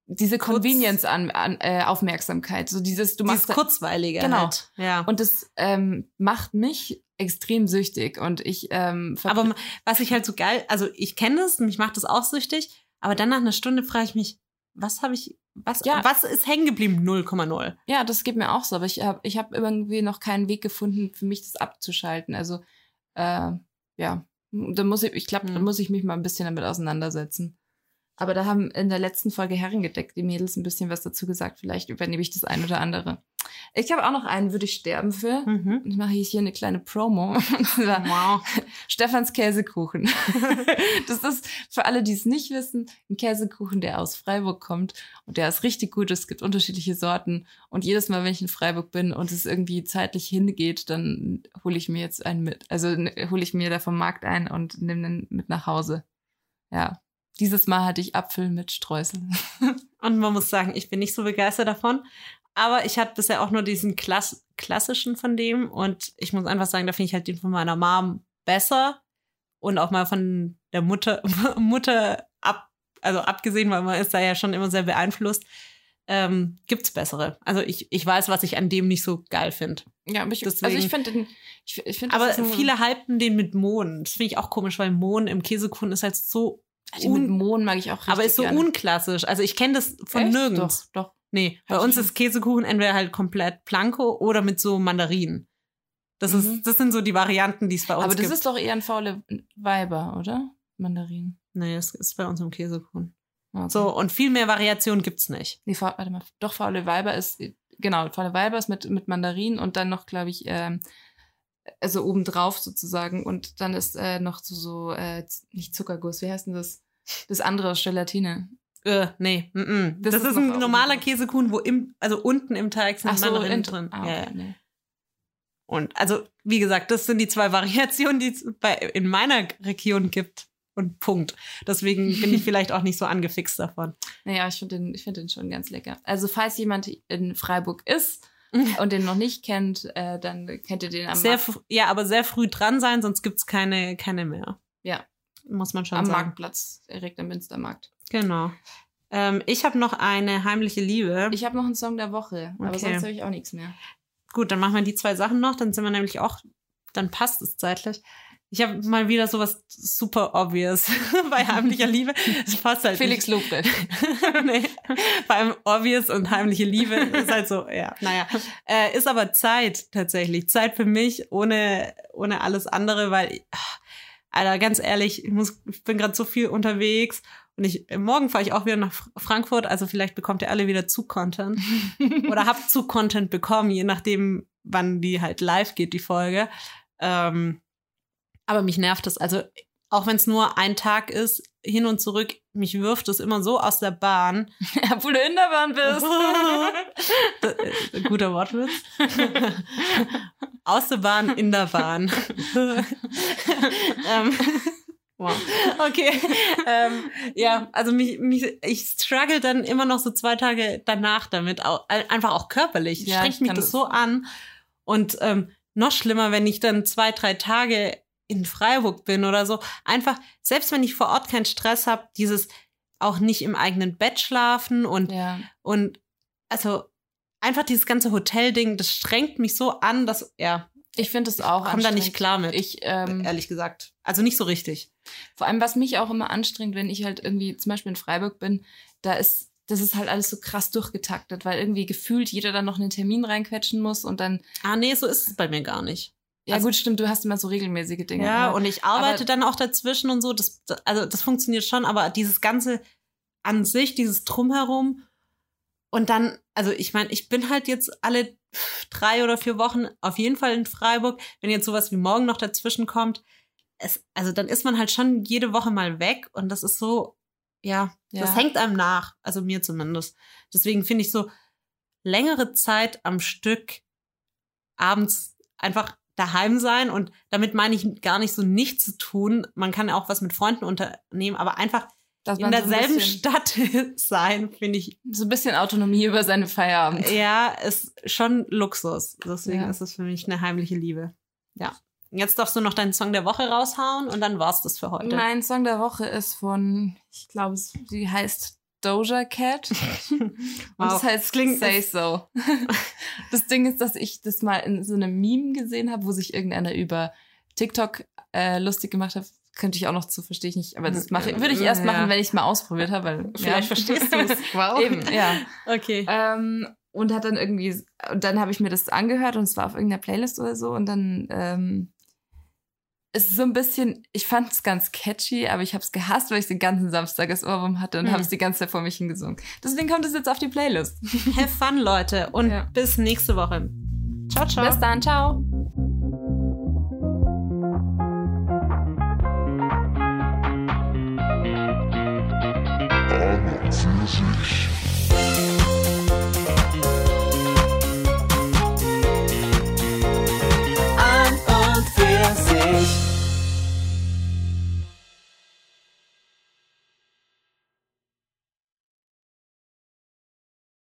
diese Convenience-Aufmerksamkeit. So dieses, du machst Dieses Kurzweilige Genau. halt. Ja. Und das macht mich extrem süchtig. Und ich Aber was ich halt so geil, also ich kenne das, mich macht das auch süchtig, aber dann nach einer Stunde frage ich mich, was ist hängen geblieben? 0,0. Ja, das geht mir auch so, aber ich hab irgendwie noch keinen Weg gefunden, für mich das abzuschalten. Also, da muss ich mich mal ein bisschen damit auseinandersetzen. Aber da haben in der letzten Folge Herrengedeck die Mädels ein bisschen was dazu gesagt. Vielleicht übernehme ich das ein oder andere. Ich habe auch noch einen, würde ich sterben für. Ich mache hier eine kleine Promo. Wow. Stefans Käsekuchen. Das ist für alle, die es nicht wissen, ein Käsekuchen, der aus Freiburg kommt. Und der ist richtig gut. Es gibt unterschiedliche Sorten. Und jedes Mal, wenn ich in Freiburg bin und es irgendwie zeitlich hingeht, dann hole ich mir jetzt einen mit. Also hole ich mir da vom Markt ein und nehme den mit nach Hause. Ja. Dieses Mal hatte ich Apfel mit Streuseln. Und man muss sagen, ich bin nicht so begeistert davon. Aber ich hatte bisher auch nur diesen klassischen von dem. Und ich muss einfach sagen, da finde ich halt den von meiner Mom besser. Und auch mal von der Mutter abgesehen, weil man ist da ja schon immer sehr beeinflusst, gibt's bessere. Also ich weiß, was ich an dem nicht so geil finde. Ja, aber ich finde aber viele hypen den mit Mohn. Das finde ich auch komisch, weil Mohn im Käsekuchen ist halt so mit Mohn mag ich auch richtig aber ist so gerne. Unklassisch. Also ich kenne das von Echt? nirgends. Doch. Nee, bei uns ist Käsekuchen entweder halt komplett Planko oder mit so Mandarinen. Das sind so die Varianten, die es bei uns gibt. Aber das ist doch eher ein faule Weiber, oder? Mandarinen. Nee, das ist bei uns im Käsekuchen. Okay. So, und viel mehr Variationen gibt's nicht. Nee, warte mal. Doch, faule Weiber ist mit Mandarinen und dann noch, glaube ich, also obendrauf sozusagen. Und dann ist noch so nicht Zuckerguss, wie heißt denn das? Das andere, Gelatine. Nee. Das ist ein normaler Käsekuchen, wo unten im Teig sind Mandarinen drin. Okay, nee. Und also, wie gesagt, das sind die 2 Variationen, die es in meiner Region gibt. Und Punkt. Deswegen bin ich vielleicht auch nicht so angefixt davon. Naja, ich finde den schon ganz lecker. Also, falls jemand in Freiburg ist und den noch nicht kennt, dann kennt ihr den am Marktplatz. Ja, aber sehr früh dran sein, sonst gibt's keine mehr. Ja. Muss man schon am sagen. Marktplatz, direkt am Münstermarkt. Genau. Ich habe noch eine heimliche Liebe. Ich habe noch einen Song der Woche, aber sonst habe ich auch nichts mehr. Gut, dann machen wir die 2 Sachen noch, dann sind wir nämlich auch, dann passt es zeitlich. Ich habe mal wieder sowas super obvious bei heimlicher Liebe. Das passt halt Felix Lobrecht. Nee, vor allem obvious und heimliche Liebe ist halt so, ja, naja. Ist aber Zeit tatsächlich. Zeit für mich ohne alles andere, weil, Alter, ganz ehrlich, ich bin gerade so viel unterwegs und morgen fahre ich auch wieder nach Frankfurt, also vielleicht bekommt ihr alle wieder Zug-Content oder habt Zug-Content bekommen, je nachdem, wann die halt live geht, die Folge. Aber mich nervt das, also auch wenn es nur ein Tag ist, hin und zurück, mich wirft es immer so aus der Bahn. Obwohl du in der Bahn bist. Guter Wortwitz. Aus der Bahn, in der Bahn. Wow. Okay. Ja, also ich struggle dann immer noch so 2 Tage danach damit, einfach auch körperlich. Ja, Strengt mich das so an. Und noch schlimmer, wenn ich dann 2, 3 Tage in Freiburg bin oder so. Einfach, selbst wenn ich vor Ort keinen Stress habe, dieses auch nicht im eigenen Bett schlafen und also einfach dieses ganze Hotelding, das strengt mich so an, dass, ja. Ich finde es auch anstrengend. Ich komme da nicht klar mit, ehrlich gesagt. Also nicht so richtig. Vor allem, was mich auch immer anstrengt, wenn ich halt irgendwie zum Beispiel in Freiburg bin, das ist halt alles so krass durchgetaktet, weil irgendwie gefühlt jeder dann noch einen Termin reinquetschen muss und dann... Nee, so ist es bei mir gar nicht. Ja, also, gut, stimmt, du hast immer so regelmäßige Dinge. Ja, und ich arbeite dann auch dazwischen und so. Das funktioniert schon, aber dieses Ganze an sich, dieses Drumherum und dann, also ich meine, ich bin halt jetzt alle 3 oder 4 Wochen auf jeden Fall in Freiburg. Wenn jetzt sowas wie morgen noch dazwischen kommt, dann ist man halt schon jede Woche mal weg und das ist so, ja, das hängt einem nach, also mir zumindest. Deswegen finde ich so längere Zeit am Stück abends einfach daheim sein und damit meine ich gar nicht so nichts zu tun. Man kann auch was mit Freunden unternehmen, aber einfach in derselben Stadt sein, finde ich. So ein bisschen Autonomie über seine Feierabend. Ja, ist schon Luxus. Deswegen ist es für mich eine heimliche Liebe. Ja. Jetzt darfst du noch deinen Song der Woche raushauen und dann war's das für heute. Mein Song der Woche ist von, ich glaube, sie heißt Doja Cat. Und das heißt klingt Say So. Das Ding ist, dass ich das mal in so einem Meme gesehen habe, wo sich irgendeiner über TikTok lustig gemacht hat. Könnte ich auch noch verstehe ich nicht. Aber das würde ich erst machen, wenn ich es mal ausprobiert habe. Weil, Vielleicht verstehst du es. Wow. Eben, ja. Okay. Und hat dann irgendwie, und dann habe ich mir das angehört und es war auf irgendeiner Playlist oder so und dann es ist so ein bisschen, ich fand es ganz catchy, aber ich habe es gehasst, weil ich den ganzen Samstag das Ohrwurm hatte und habe es die ganze Zeit vor mich hingesungen. Deswegen kommt es jetzt auf die Playlist. Have fun, Leute. Und bis nächste Woche. Ciao, ciao. Bis dann, ciao. An und für sich.